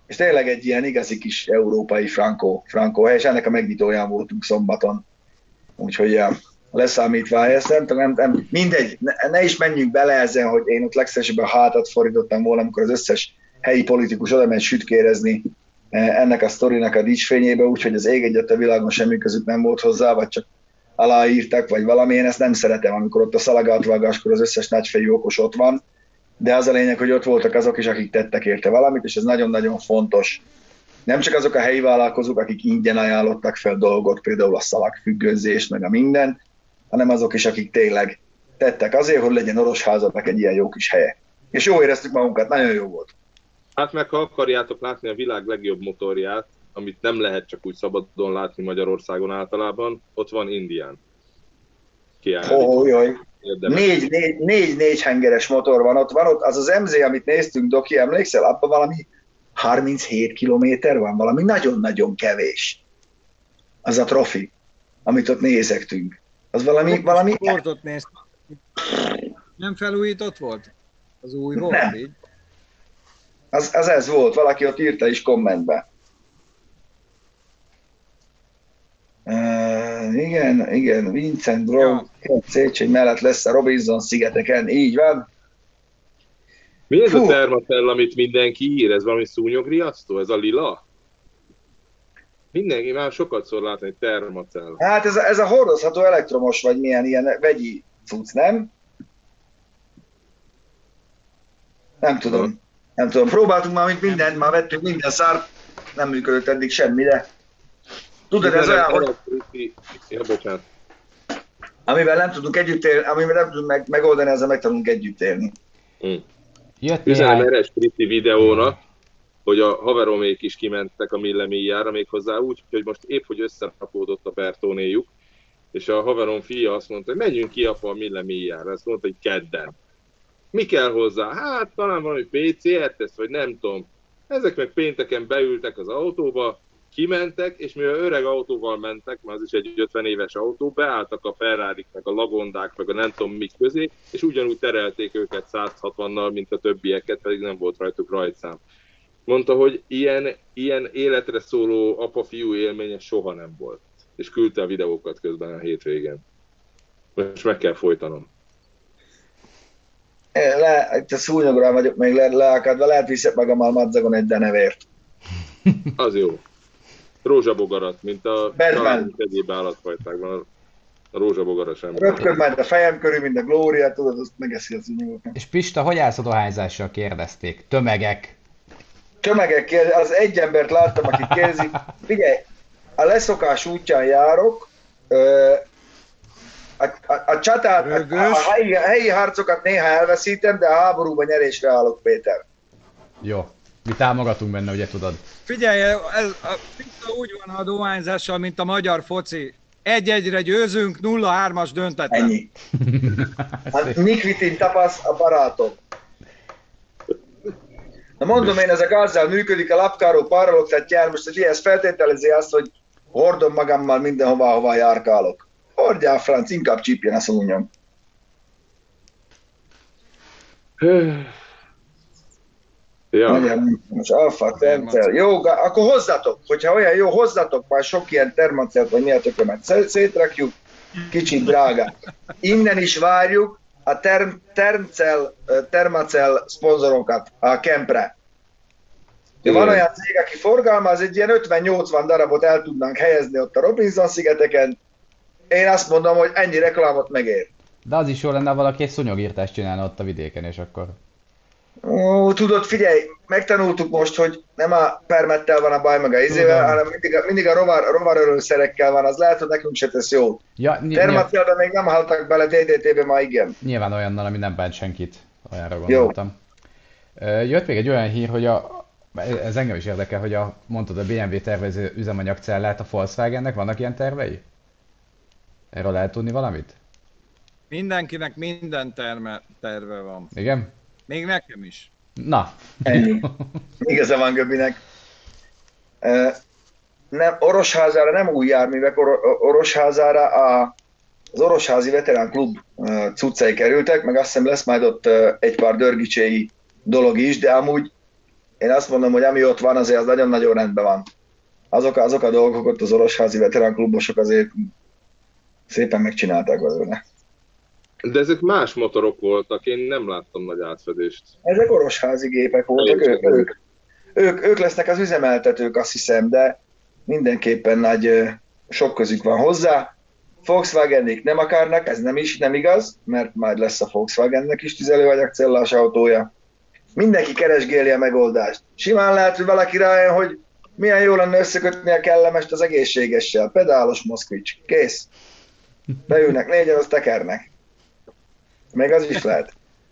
és tényleg egy ilyen igazi kis európai frankó, frankó hely, és ennek a megnyitóján voltunk szombaton. Úgyhogy ja, leszámítva ezt, nem, nem, nem mindegy, ne, ne is menjünk bele ezen, hogy én ott legszívesebben hátat fordítottam volna, amikor az összes helyi politikus oda ment sütkérezni ennek a sztorinak a dicsfényébe, úgyhogy az ég egyet a világon semmi közük nem volt hozzá, vagy csak aláírtak, vagy valami, én ezt nem szeretem, amikor ott a szalagátvágáskor az összes nagyfejű okos ott van, de az a lényeg, hogy ott voltak azok is, akik tettek érte valamit, és ez nagyon-nagyon fontos. Nem csak azok a helyi vállalkozók, akik ingyen ajánlottak fel dolgot, például a szalagfüggőzést, meg a minden, hanem azok is, akik tényleg tettek azért, hogy legyen Orosházadnak egy ilyen jó kis helye. És jó éreztük magunkat, nagyon jó volt. Hát meg ha akarjátok látni a világ legjobb motorját, amit nem lehet csak úgy szabadon látni Magyarországon általában, ott van Indián. Oh, jaj. Négy, négy, négy, négy hengeres motor van ott, van ott, az az em zé, amit néztünk, Doki, emlékszel? Abban valami harminchét kilométer van, valami nagyon-nagyon kevés. Az a trofi, amit ott nézektünk. Az valami... valami... Sportot néztünk. Nem felújított volt? Az új volt nem. Így? Az, az ez volt, valaki ott írta is kommentbe. Uh, igen, igen, Vincent Brown, ja. Széchenyi mellett lesz a Robinson szigeteken, így van. Mi ez Fú. a termacell, amit mindenki ír? Ez valami szúnyogriasztó? Ez a lila? Mindenki már sokat szor látni, hogy termacell. Hát ez a, ez a hordozható elektromos, vagy milyen ilyen vegyi cucc, nem? Nem tudom. Nem tudom. Próbáltunk már mint mindent, már vettünk minden szárt, nem működött eddig semmi, de... Tudod, ez olyan, hogy... Ja, bocsánat. Amivel nem tudunk együtt élni, amivel nem tudunk meg, megoldani, ezzel meg tudunk együtt élni. Hmm. Üzenem erre Spriti videónak, hogy a haveromék is kimentek a millemíjára, méghozzá úgy, hogy most épp, hogy összerapódott a Bertónéjuk, és a haverom fia azt mondta, hogy menjünk ki apa a millemíjára. Ezt mondta, hogy kedden. Mi kell hozzá? Hát talán valami pé cé er-teszt, vagy nem tudom. Ezek meg pénteken beültek az autóba, kimentek, és mivel öreg autóval mentek, mert az is egy ötven éves autó, beálltak a Ferrarik, meg a Lagondák, meg a nem tudom mik közé, és ugyanúgy terelték őket száz hatvannal, mint a többieket, pedig nem volt rajtuk rajtszám. Mondta, hogy ilyen, ilyen életre szóló apa-fiú élménye soha nem volt. És küldte a videókat közben a hétvégén. Most meg kell folytanom. Le, itt a szúnyogra vagyok még le, leakadva, lehet viszek magammal madzagon egy denevért. Az jó. Rózsabogarat, mint a egyéb állatfajtákban. A rózsabogara sem. Röpköd majd a fejem körül, mint a Glória, tudod, azt megeszi az szúnyogokat. És Pista, hogy állsz a dohányzással, kérdezték? Tömegek. Tömegek, az egy embert láttam, aki kérdezi. Figyelj, a leszokás útján járok, a, a, a csatát, a, a helyi, a helyi harcokat néha elveszítem, de a háborúban nyerésre állok, Péter. Jó. Mi támogatunk benne, ugye tudod? Figyelj, ez, a Pista úgy van a dohányzással, mint a magyar foci. Egy-egyre győzünk, nulla hármas döntetlen. Ennyi. A Nikvitin tapasz a barátom. Na mondom én, ez a gázzal működik, a lapkáró paralogtat jár, most hogy ez feltételezi azt, hogy hordom magammal mindenhova, hova járkálok. Hordjál, franc, inkább csípjen a szúnyom. Ja. Most alfa, termacell. Jó, akkor hozzatok, hogyha olyan jó, hozzatok már sok ilyen termacellt, vagy miért tökömet szétrakjuk, kicsit drága. Innen is várjuk a term, termcell, termacell szponzorokat a Kempre. Van olyan cég, aki forgalmaz, egy ilyen ötven-nyolcvan darabot el tudnánk helyezni ott a Robinson szigeteken. Én azt mondom, hogy ennyi reklámot megér. De az is jó lenne, valaki egy szúnyogírtást csinálna ott a vidéken, és akkor... Ó, tudod, figyelj, megtanultuk most, hogy nem a permettel van a baj meg a izével, hanem mindig a, mindig a rovar, rovarölőszerekkel van, az lehet, hogy nekünk se tesz jót. Ja, Termacellben még nem haltak bele, dé dé té-ben ma igen. Nyilván olyannal, ami nem bánt senkit, olyanra gondoltam. Jó. Jött még egy olyan hír, hogy a, ez engem is érdekel, hogy a, mondtad, a bé em vé tervező üzemanyagcellát a Volkswagennek, vannak ilyen tervei? Erről lehet tudni valamit? Mindenkinek minden terme, terve van. Igen? Még nekem is. Na. Ennyi. Igaza van Göbinek. Nem, Orosházára nem új járművek, Or- Orosházára a, az Orosházi Veterán Klub cuccai kerültek, meg azt hiszem lesz majd ott egy pár dörgicséi dolog is, de amúgy én azt mondom, hogy ami ott van, azért az nagyon-nagyon rendben van. Azok, azok a dolgok ott az orosházi veteránklubosok azért szépen megcsinálták belőle. De ezek más motorok voltak, én nem láttam nagy átfedést. Ezek orosházi gépek voltak, ők, ők, ők, ők lesznek az üzemeltetők, azt hiszem, de mindenképpen nagy sok közük van hozzá. Volkswagenik nem akarnak, ez nem is nem igaz, mert majd lesz a Volkswagennek is tüzelőanyagcellás autója. Mindenki keresgéli a megoldást. Simán lehet, hogy valaki rájön, hogy milyen jó lenne összekötni a kellemest az egészségessel. Pedálos Moszkvics. Kész. Beülnek négyen, az tekernek. Még az is lehet.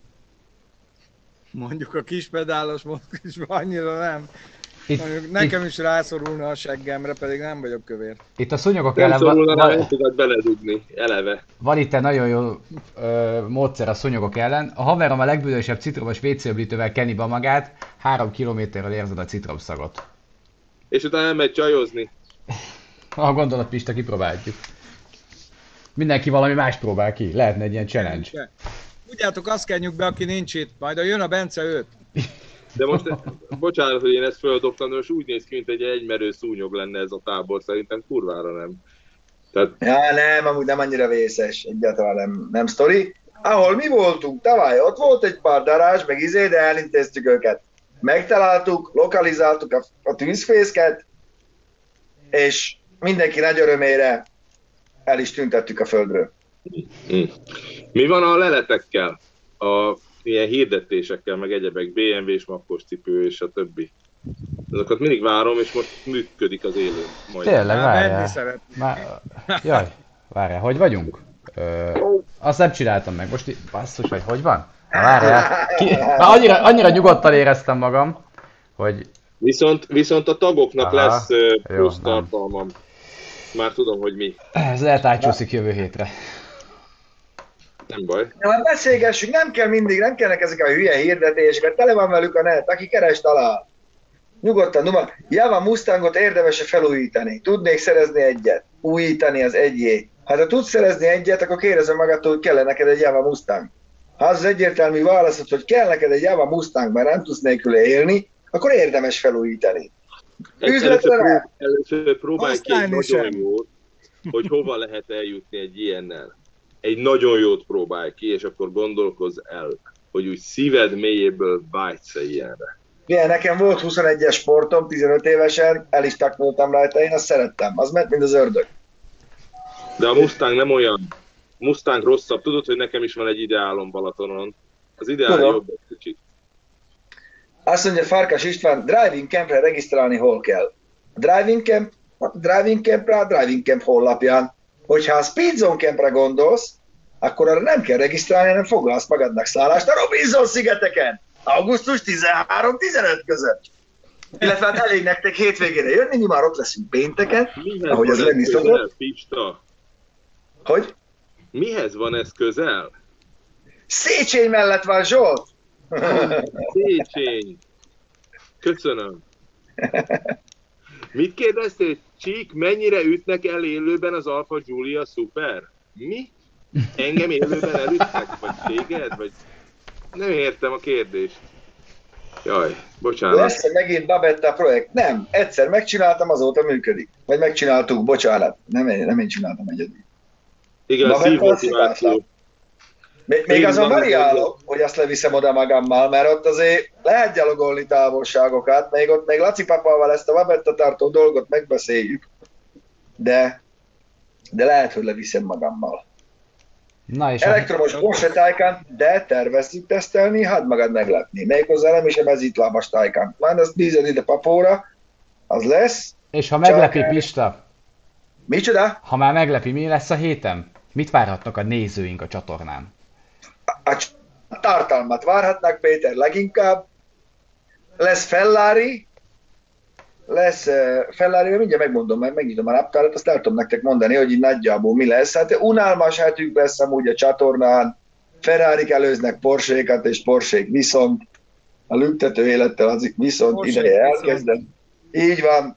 Mondjuk a kis pedálos Moszkvicsban annyira nem. Itt, Mondjuk nekem itt, is rászorulna a seggemre, pedig nem vagyok kövér. itt a szúnyogok Nem ellen szorulna van, rá, nem van, tudod beledugni, eleve. van itt egy nagyon jó ö, módszer a szúnyogok ellen. A haverom a legbűnösebb citromos vécéöblítővel keni be magát, három kilométerről érzed a citromszagot. És utána elmegy csajozni. Ha gondolat, Pista, kipróbáljuk. Mindenki valami más próbál ki. Lehetne egy ilyen challenge. Tudjátok, azt kenjük be, aki nincs itt. Majd a jön a Bence őt. De most, bocsánat, hogy én ezt földobtam, de most úgy néz ki, mint egy egymerő szúnyog lenne ez a tábor, szerintem kurvára nem. Tehát... Ja, nem, amúgy nem annyira vészes, egyáltalán nem, nem sztori. Ahol mi voltunk tavaly, ott volt egy pár darázs, meg izé, de elintéztük őket. Megtaláltuk, lokalizáltuk a, a tűzfészket, és mindenki nagy örömére el is tüntettük a földről. Hmm. Mi van a leletekkel? A ilyen hirdetésekkel, meg egyebek, bé em vé-s makkos cipő és a többi. Azokat mindig várom, és most működik az élő. Majd. Tényleg, Már menni várjál. szeretnék. Már... Jaj, várjál, hogy vagyunk? Ö, azt nem csináltam meg, most í- basszus, vagy hogy van? Na, várjál. Ki... Már annyira, annyira nyugodtan éreztem magam, hogy... Viszont, viszont a tagoknak Aha, lesz uh, jó, plusz nem. tartalmam. Már tudom, hogy mi. Ez lehet átcsúszik jövő hétre. Nem baj. Ja, hát beszélgessünk, nem kell mindig, nem kellnek ezek a hülye hirdetések, tele van velük a net, aki keres talál. Nyugodtan, duma. Java Mustangot érdemes-e felújítani? Tudnék szerezni egyet? Újítani az egyé. Hát ha tudsz szerezni egyet, akkor kérdezem magadtól, hogy kell neked egy Java Mustang. Ha az, az egyértelmű válaszod, hogy kell neked egy Java Mustang, mert nem tudsz nélküle élni, akkor érdemes felújítani. Először, Üzletre prób- rá. először próbálj ki egy Aztán is nagyon sem. jót, hogy hova lehet eljutni egy ilyennel. Egy nagyon jót próbálj ki, és akkor gondolkozz el, hogy úgy szíved mélyéből vágysz ilyenre. Milyen, nekem volt huszonegyes sportom, tizenöt évesen, el is taknultam rajta, én azt szerettem. Az ment, mint az ördög. De a Mustang nem olyan. Mustang rosszabb. Tudod, hogy nekem is van egy ideálom Balatonon. Az ideál Tudom. jobb egy kicsit. Azt mondja Farkas István, driving campre regisztrálni hol kell? A driving camp, a driving campre, a driving camp honlapján. Hogyha a speed zone campre gondolsz, akkor arra nem kell regisztrálni, hanem foglalsz magadnak szállást a Robinson szigeteken. augusztus tizenhárom-tizenöt között. Illetve hát elég nektek hétvégére jönni, mi már ott leszünk pénteken, Mihez ahogy van az ez lenni közel, szokott. Pista? Hogy? Mihez van ez közel? Széchenyi mellett van, Zsolt! Széchenyi. Köszönöm. Mit kérdeztél? Csík, mennyire ütnek el élőben az Alfa Giulia Super? Mi? Engem élőben elütnek? Vagy téged? Vagy... Nem értem a kérdést. Jaj, bocsánat. Lesz megint Babetta projekt? Nem. Egyszer megcsináltam, azóta működik. Vagy megcsináltuk, bocsánat. Nem én, nem én csináltam egyedül. Igen, Babetta szívmotiváció. Még, még Én azon van, variálok, hogy azt leviszem oda magammal, mert ott azért lehet gyalogolni távolságokat, még ott még Laci papával ezt a Babetta tartó dolgot megbeszéljük, de, de lehet, hogy leviszem magammal. Na és a... Elektromos Porsche Taycan, de tervezzük tesztelni, hadd magad meglepni. Méghozzá nem is a mezítlábas Taycan. Majd azt bízod ide papóra, az lesz. És ha meglepi Csak- Pista, Micsoda? ha már meglepi, mi lesz a héten? Mit várhatnak a nézőink a csatornán? A cs- tartalmat várhatnak, Péter, leginkább. Lesz Ferrari, lesz uh, Ferrari, mindjárt megmondom, mert megnyitom a naptárat, azt el tudom nektek mondani, hogy így nagyjából mi lesz. Hát unalmas hetünk lesz amúgy a csatornán, Ferrarik előznek Porsékat, és Porsék viszont a lüktető élettel az viszont Porsék ideje viszont. elkezdeni. Így van.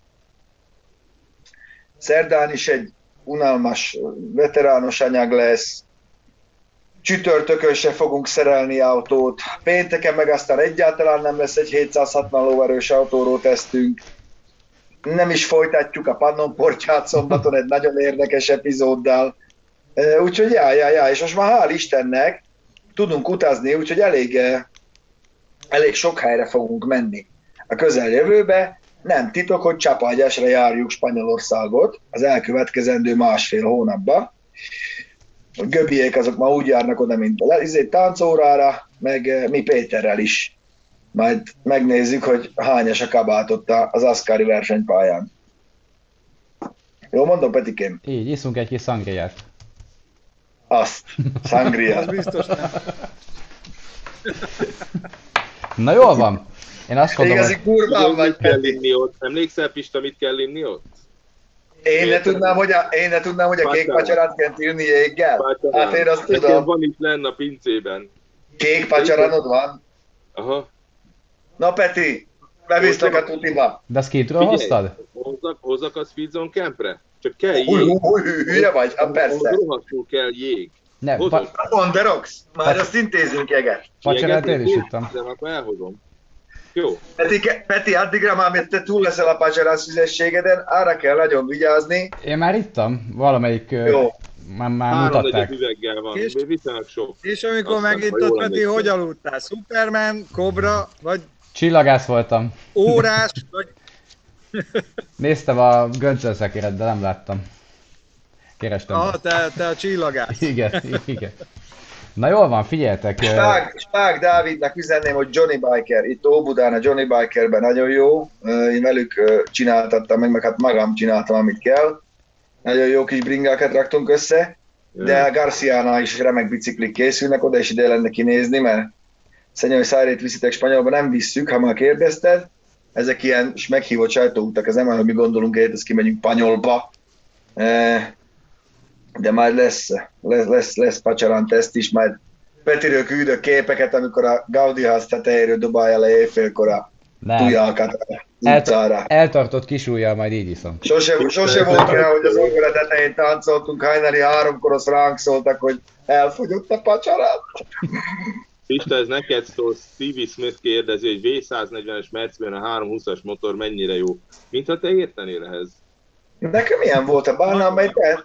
Szerdán is egy unalmas veterános anyag lesz. csütörtökön se fogunk szerelni autót, pénteken meg aztán egyáltalán nem lesz egy hétszázhatvan lóerős autóról tesztünk. Nem is folytatjuk a Pannonportyát szombaton egy nagyon érdekes epizóddal. Úgyhogy já, já, já, és most már hál' Istennek tudunk utazni, úgyhogy elég, elég sok helyre fogunk menni a közeljövőbe. Nem titok, hogy csapagyásra járjuk Spanyolországot az elkövetkezendő másfél hónapban. A göbiek azok már úgy járnak oda, mint a táncórára, meg mi Péterrel is. Majd megnézzük, hogy hányas a kabátot az Ascari versenypályán. Jó mondom, Petikém? Így, iszunk egy kis szangriát. Azt, szangria. Az biztos nem. Na jól van. Én azt mondom, Igazi hogy... kurván vagy, mit kell Peti. inni ott? Emlékszel, Pista, mit kell inni ott? Én ne tudnám, hogy a, én ne tudnám, hogy a kék pacsarát kell írni jéggel. Hát én azt Nekem tudom. van itt lenne a pincében. Kék pacsaranod van? Aha. Na Peti, beviszlek a tutiba. De azt kintről hoztad? Hozzak, hozzak a Speedzone Campre? Csak kell jég. Új, új, új, hülye vagy? Hát persze. Rohadtul kell jég. Nem, Hozom. pa- On the rocks. Már Pac- azt intézünk jeget. pacserát én is Jeget? ittam. De akkor elhozom. Jó. Peti, Peti, addigra már, mert te túl leszel a pacserás fizességeden, arra kell nagyon vigyázni. Én már ittam, valamelyik... ö, Jó. Már, már Három mutatták. negyed üveggel van. És- Viszonylag sok. És amikor Aztán, ha megittad, jól Peti, emlékszem. hogy aludtál? Superman, Cobra, vagy Csillagász voltam. órás, vagy... Néztem a göncölszekéret, de nem láttam. Kerestem. Ah, te, te a csillagász. Igen, igen. Na jól van, figyeljetek. ö, Spák, Spák Dávidnak üzenném, hogy Johnny Biker, itt Óbudán a Johnny Bikerben nagyon jó. Én velük csináltattam meg, meg hát magam csináltam, amit kell. Nagyon jó kis bringákat raktunk össze, de Garciánál is remek biciklik készülnek, oda is ide lenne kinézni, mert Szenyői Szájrét viszitek Spanyolba, nem visszük, ha már kérdezted. Ezek ilyen meghívott sajtóutak, ez nem olyan, hogy mi gondolunk, hogy ezt kimegyünk Spanyolba. De majd lesz, lesz, lesz, lesz pacsarán teszt is, majd Petiről küldök képeket, amikor a Gaudi ház tetejéről dobálja le éjfélkor a Nem. tujákat az Elt- utcára. eltartott kis ujjal, majd így iszom. Sose, sose volt rá, hogy az ongora tetején táncoltunk, hajnali háromkor azt ránk szóltak, hogy elfogyott a pacsarát. Pista, ez neked szól, Stevie Smith kérdezi, hogy vé száznegyvenes Mercben a háromszázhúszas motor mennyire jó. Mintha te értenél ehhez. Nekem ilyen volt a bánám, mely te...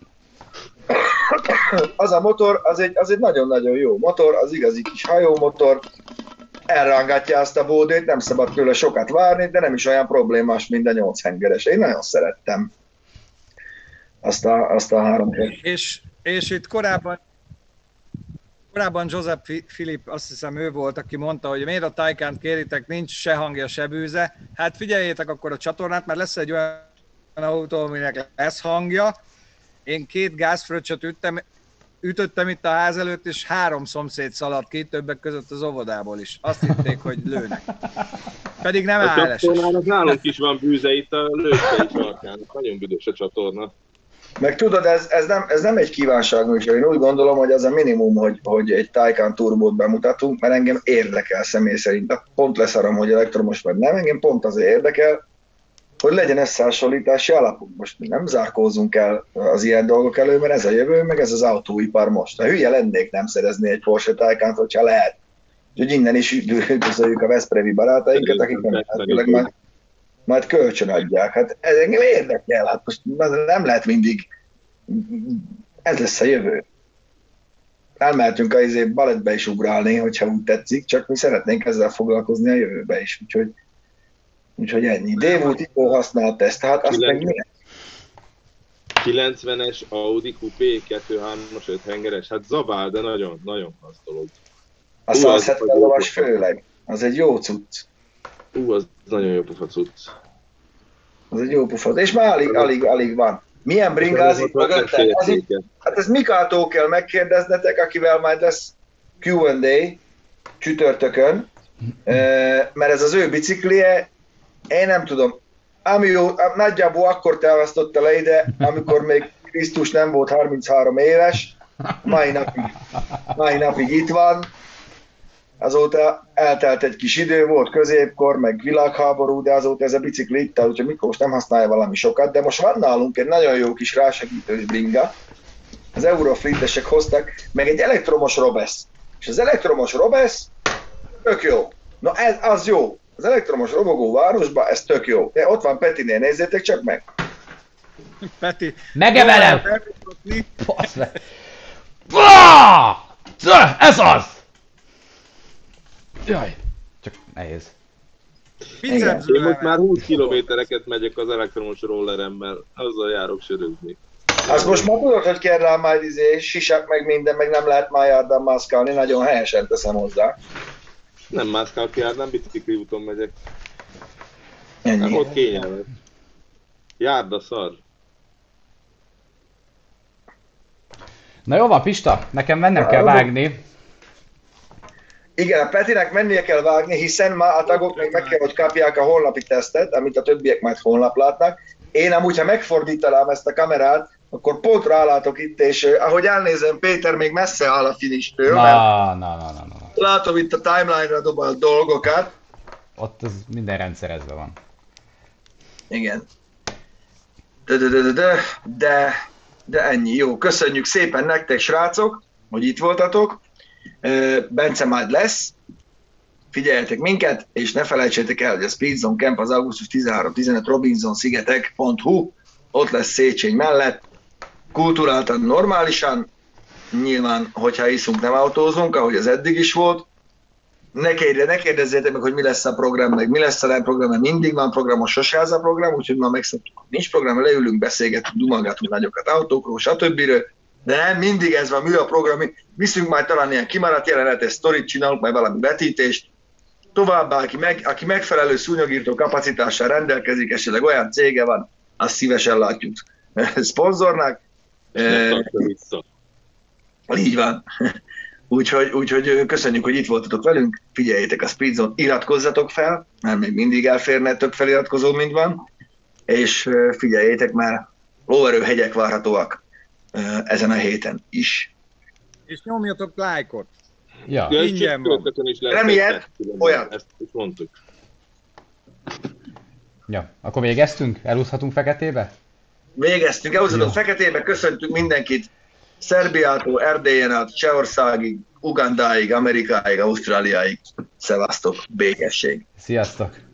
Az a motor, az egy, az egy nagyon-nagyon jó motor, az igazi kis hajómotor, elrángatja azt a bódét, nem szabad tőle sokat várni, de nem is olyan problémás, mint a nyolc hengeres. Én nagyon szerettem azt a, azt a három És, és itt korábban, korábban Joseph Philip, azt hiszem ő volt, aki mondta, hogy miért a Taycant kéritek, nincs se hangja, se bűze. Hát figyeljétek akkor a csatornát, mert lesz egy olyan autó, aminek lesz hangja. Én két gázfröccsöt üttem, ütöttem itt a ház előtt, és három szomszéd szaladt ki, többek között az óvodából is. Azt hitték, hogy lőnek. Pedig nem A áll es. csatornának nálunk is van bűze itt a lőszei sarkán. Nagyon büdös a csatorna. Meg tudod, ez, ez, nem, ez nem egy kívánság műsor. Én úgy gondolom, hogy az a minimum, hogy, hogy egy Taycan turbót bemutatunk, mert engem érdekel személy szerint. Pont leszarom, hogy elektromos vagy nem, engem pont azért érdekel, hogy legyen összehasonlítási alapunk. Most nem zárkózunk el az ilyen dolgok elő, mert ez a jövő, meg ez az autóipar most. Ha hülye lennék nem szerezni egy Porsche Taycant, hogyha lehet. Úgyhogy innen is üdvözöljük a veszprémi barátainkat, akik nem majd, majd kölcsönadják. Hát ez engem érdekel, hát most nem lehet mindig, ez lesz a jövő. Elmehetünk az izé balettbe is ugrálni, hogyha úgy tetszik, csak mi szeretnénk ezzel foglalkozni a jövőbe is, úgyhogy Úgyhogy ennyi. Dévú Tibó használt ezt, tehát azt meg minek? kilencvenes Audi Coupé, kettő hármas öt hengeres, hát zabál, de nagyon, nagyon klassz dolog. A száz hetven lovas főleg. Az egy jó cucc. Ú, az nagyon jó pufa cucc. Az egy jó pufa. És már alig, alig, alig van. Milyen bringázik mögötte? Ez itt, hát ez Mikától kell megkérdeznetek, akivel majd lesz Q and A csütörtökön, mert ez az ő biciklie, én nem tudom, ami jó, nagyjából akkor telvesztotta le ide, amikor még Krisztus nem volt harminchárom éves, mai napig, mai napig itt van, azóta eltelt egy kis idő, volt középkor, meg világháború, de azóta ez a bicikli itt, úgyhogy Miklós nem használja valami sokat, de most van nálunk egy nagyon jó kis rásegítős bringa, ez az Eurofleetesek hoztak, meg egy elektromos Robesz. És az elektromos Robesz tök jó. Na ez az jó. Az elektromos robogó városban ez tök jó. De ott van Petinél, nézzétek csak meg. Peti. Megemelem! elmutatni. Basz meg. Vá! Ez az! Jaj, csak nehéz. Bicepsről Én most emel. már húsz kilométereket megyek az elektromos rolleremmel, azzal járok sörözni. Azt most már tudod, hogy kell rá majd izé, sisak meg minden, meg nem lehet már járdán mászkálni, nagyon helyesen teszem hozzá. Nem mászkál ki, hát nem bicikli úton megyek. Hát Ennyi. ott kényelmes. Járda szar. Na jó van, Pista, nekem mennem kell vágni. Igen, a Petinek mennie kell vágni, hiszen már a tagok még meg kell, hogy kapják a holnapi tesztet, amit a többiek majd holnap látnak. Én amúgy, ha megfordítanám ezt a kamerát, akkor pont rálátok itt, és eh, ahogy elnézem, Péter még messze áll a finistől, Na, mert na, na, na, na. látom itt a timeline-ra dobalt dolgokat. Ott az minden rendszerezve van. Igen. De, de, de, de, de, de, de ennyi. Jó, köszönjük szépen nektek, srácok, hogy itt voltatok. Ö, Bence majd lesz. Figyeljetek minket, és ne felejtsétek el, hogy a Speedzone Camp az augusztus tizenharmadika-tizenötödike robinson szigetek pont hu, ott lesz Széchenyi mellett. Kulturáltan, normálisan, nyilván, hogyha iszunk, nem autózunk, ahogy az eddig is volt. Ne, kérde, ne kérdezzétek meg, hogy mi lesz a program, meg mi lesz a nem program, mert mindig van program, sose az a program, úgyhogy már megszoktuk, hogy nincs program, leülünk, beszélgetünk, dumálgatunk nagyokat autókról, stb. De nem, mindig ez van, mi a program, viszünk majd talán ilyen kimaradt jelenetes sztorit, csinálunk majd valami vetítést. Továbbá, aki, meg, aki megfelelő szúnyogírtó kapacitással rendelkezik, esetleg olyan cége van, azt szívesen látjuk szponzornak. Ne tartsa vissza. Így van. Úgyhogy, úgyhogy köszönjük, hogy itt voltatok velünk, figyeljétek a Speedzone, iratkozzatok fel, mert még mindig elférne több feliratkozó, mint van, és figyeljétek, mert lóerőhegyek várhatóak ezen a héten is. És nyomjatok lájkot. Ja, Ja, és Ingyen van. csütörtökön is lesz Nem egy ilyet, fesztivál, olyat. Ezt is mondtuk. ja. Akkor végeztünk? Elúszhatunk feketébe? Végeztünk, elhúzhatunk Jó. feketébe, köszöntünk mindenkit Szerbiától, Erdélyen át, Csehországig, Ugandáig, Amerikáig, Ausztráliáig. Szevasztok, békesség! Sziasztok!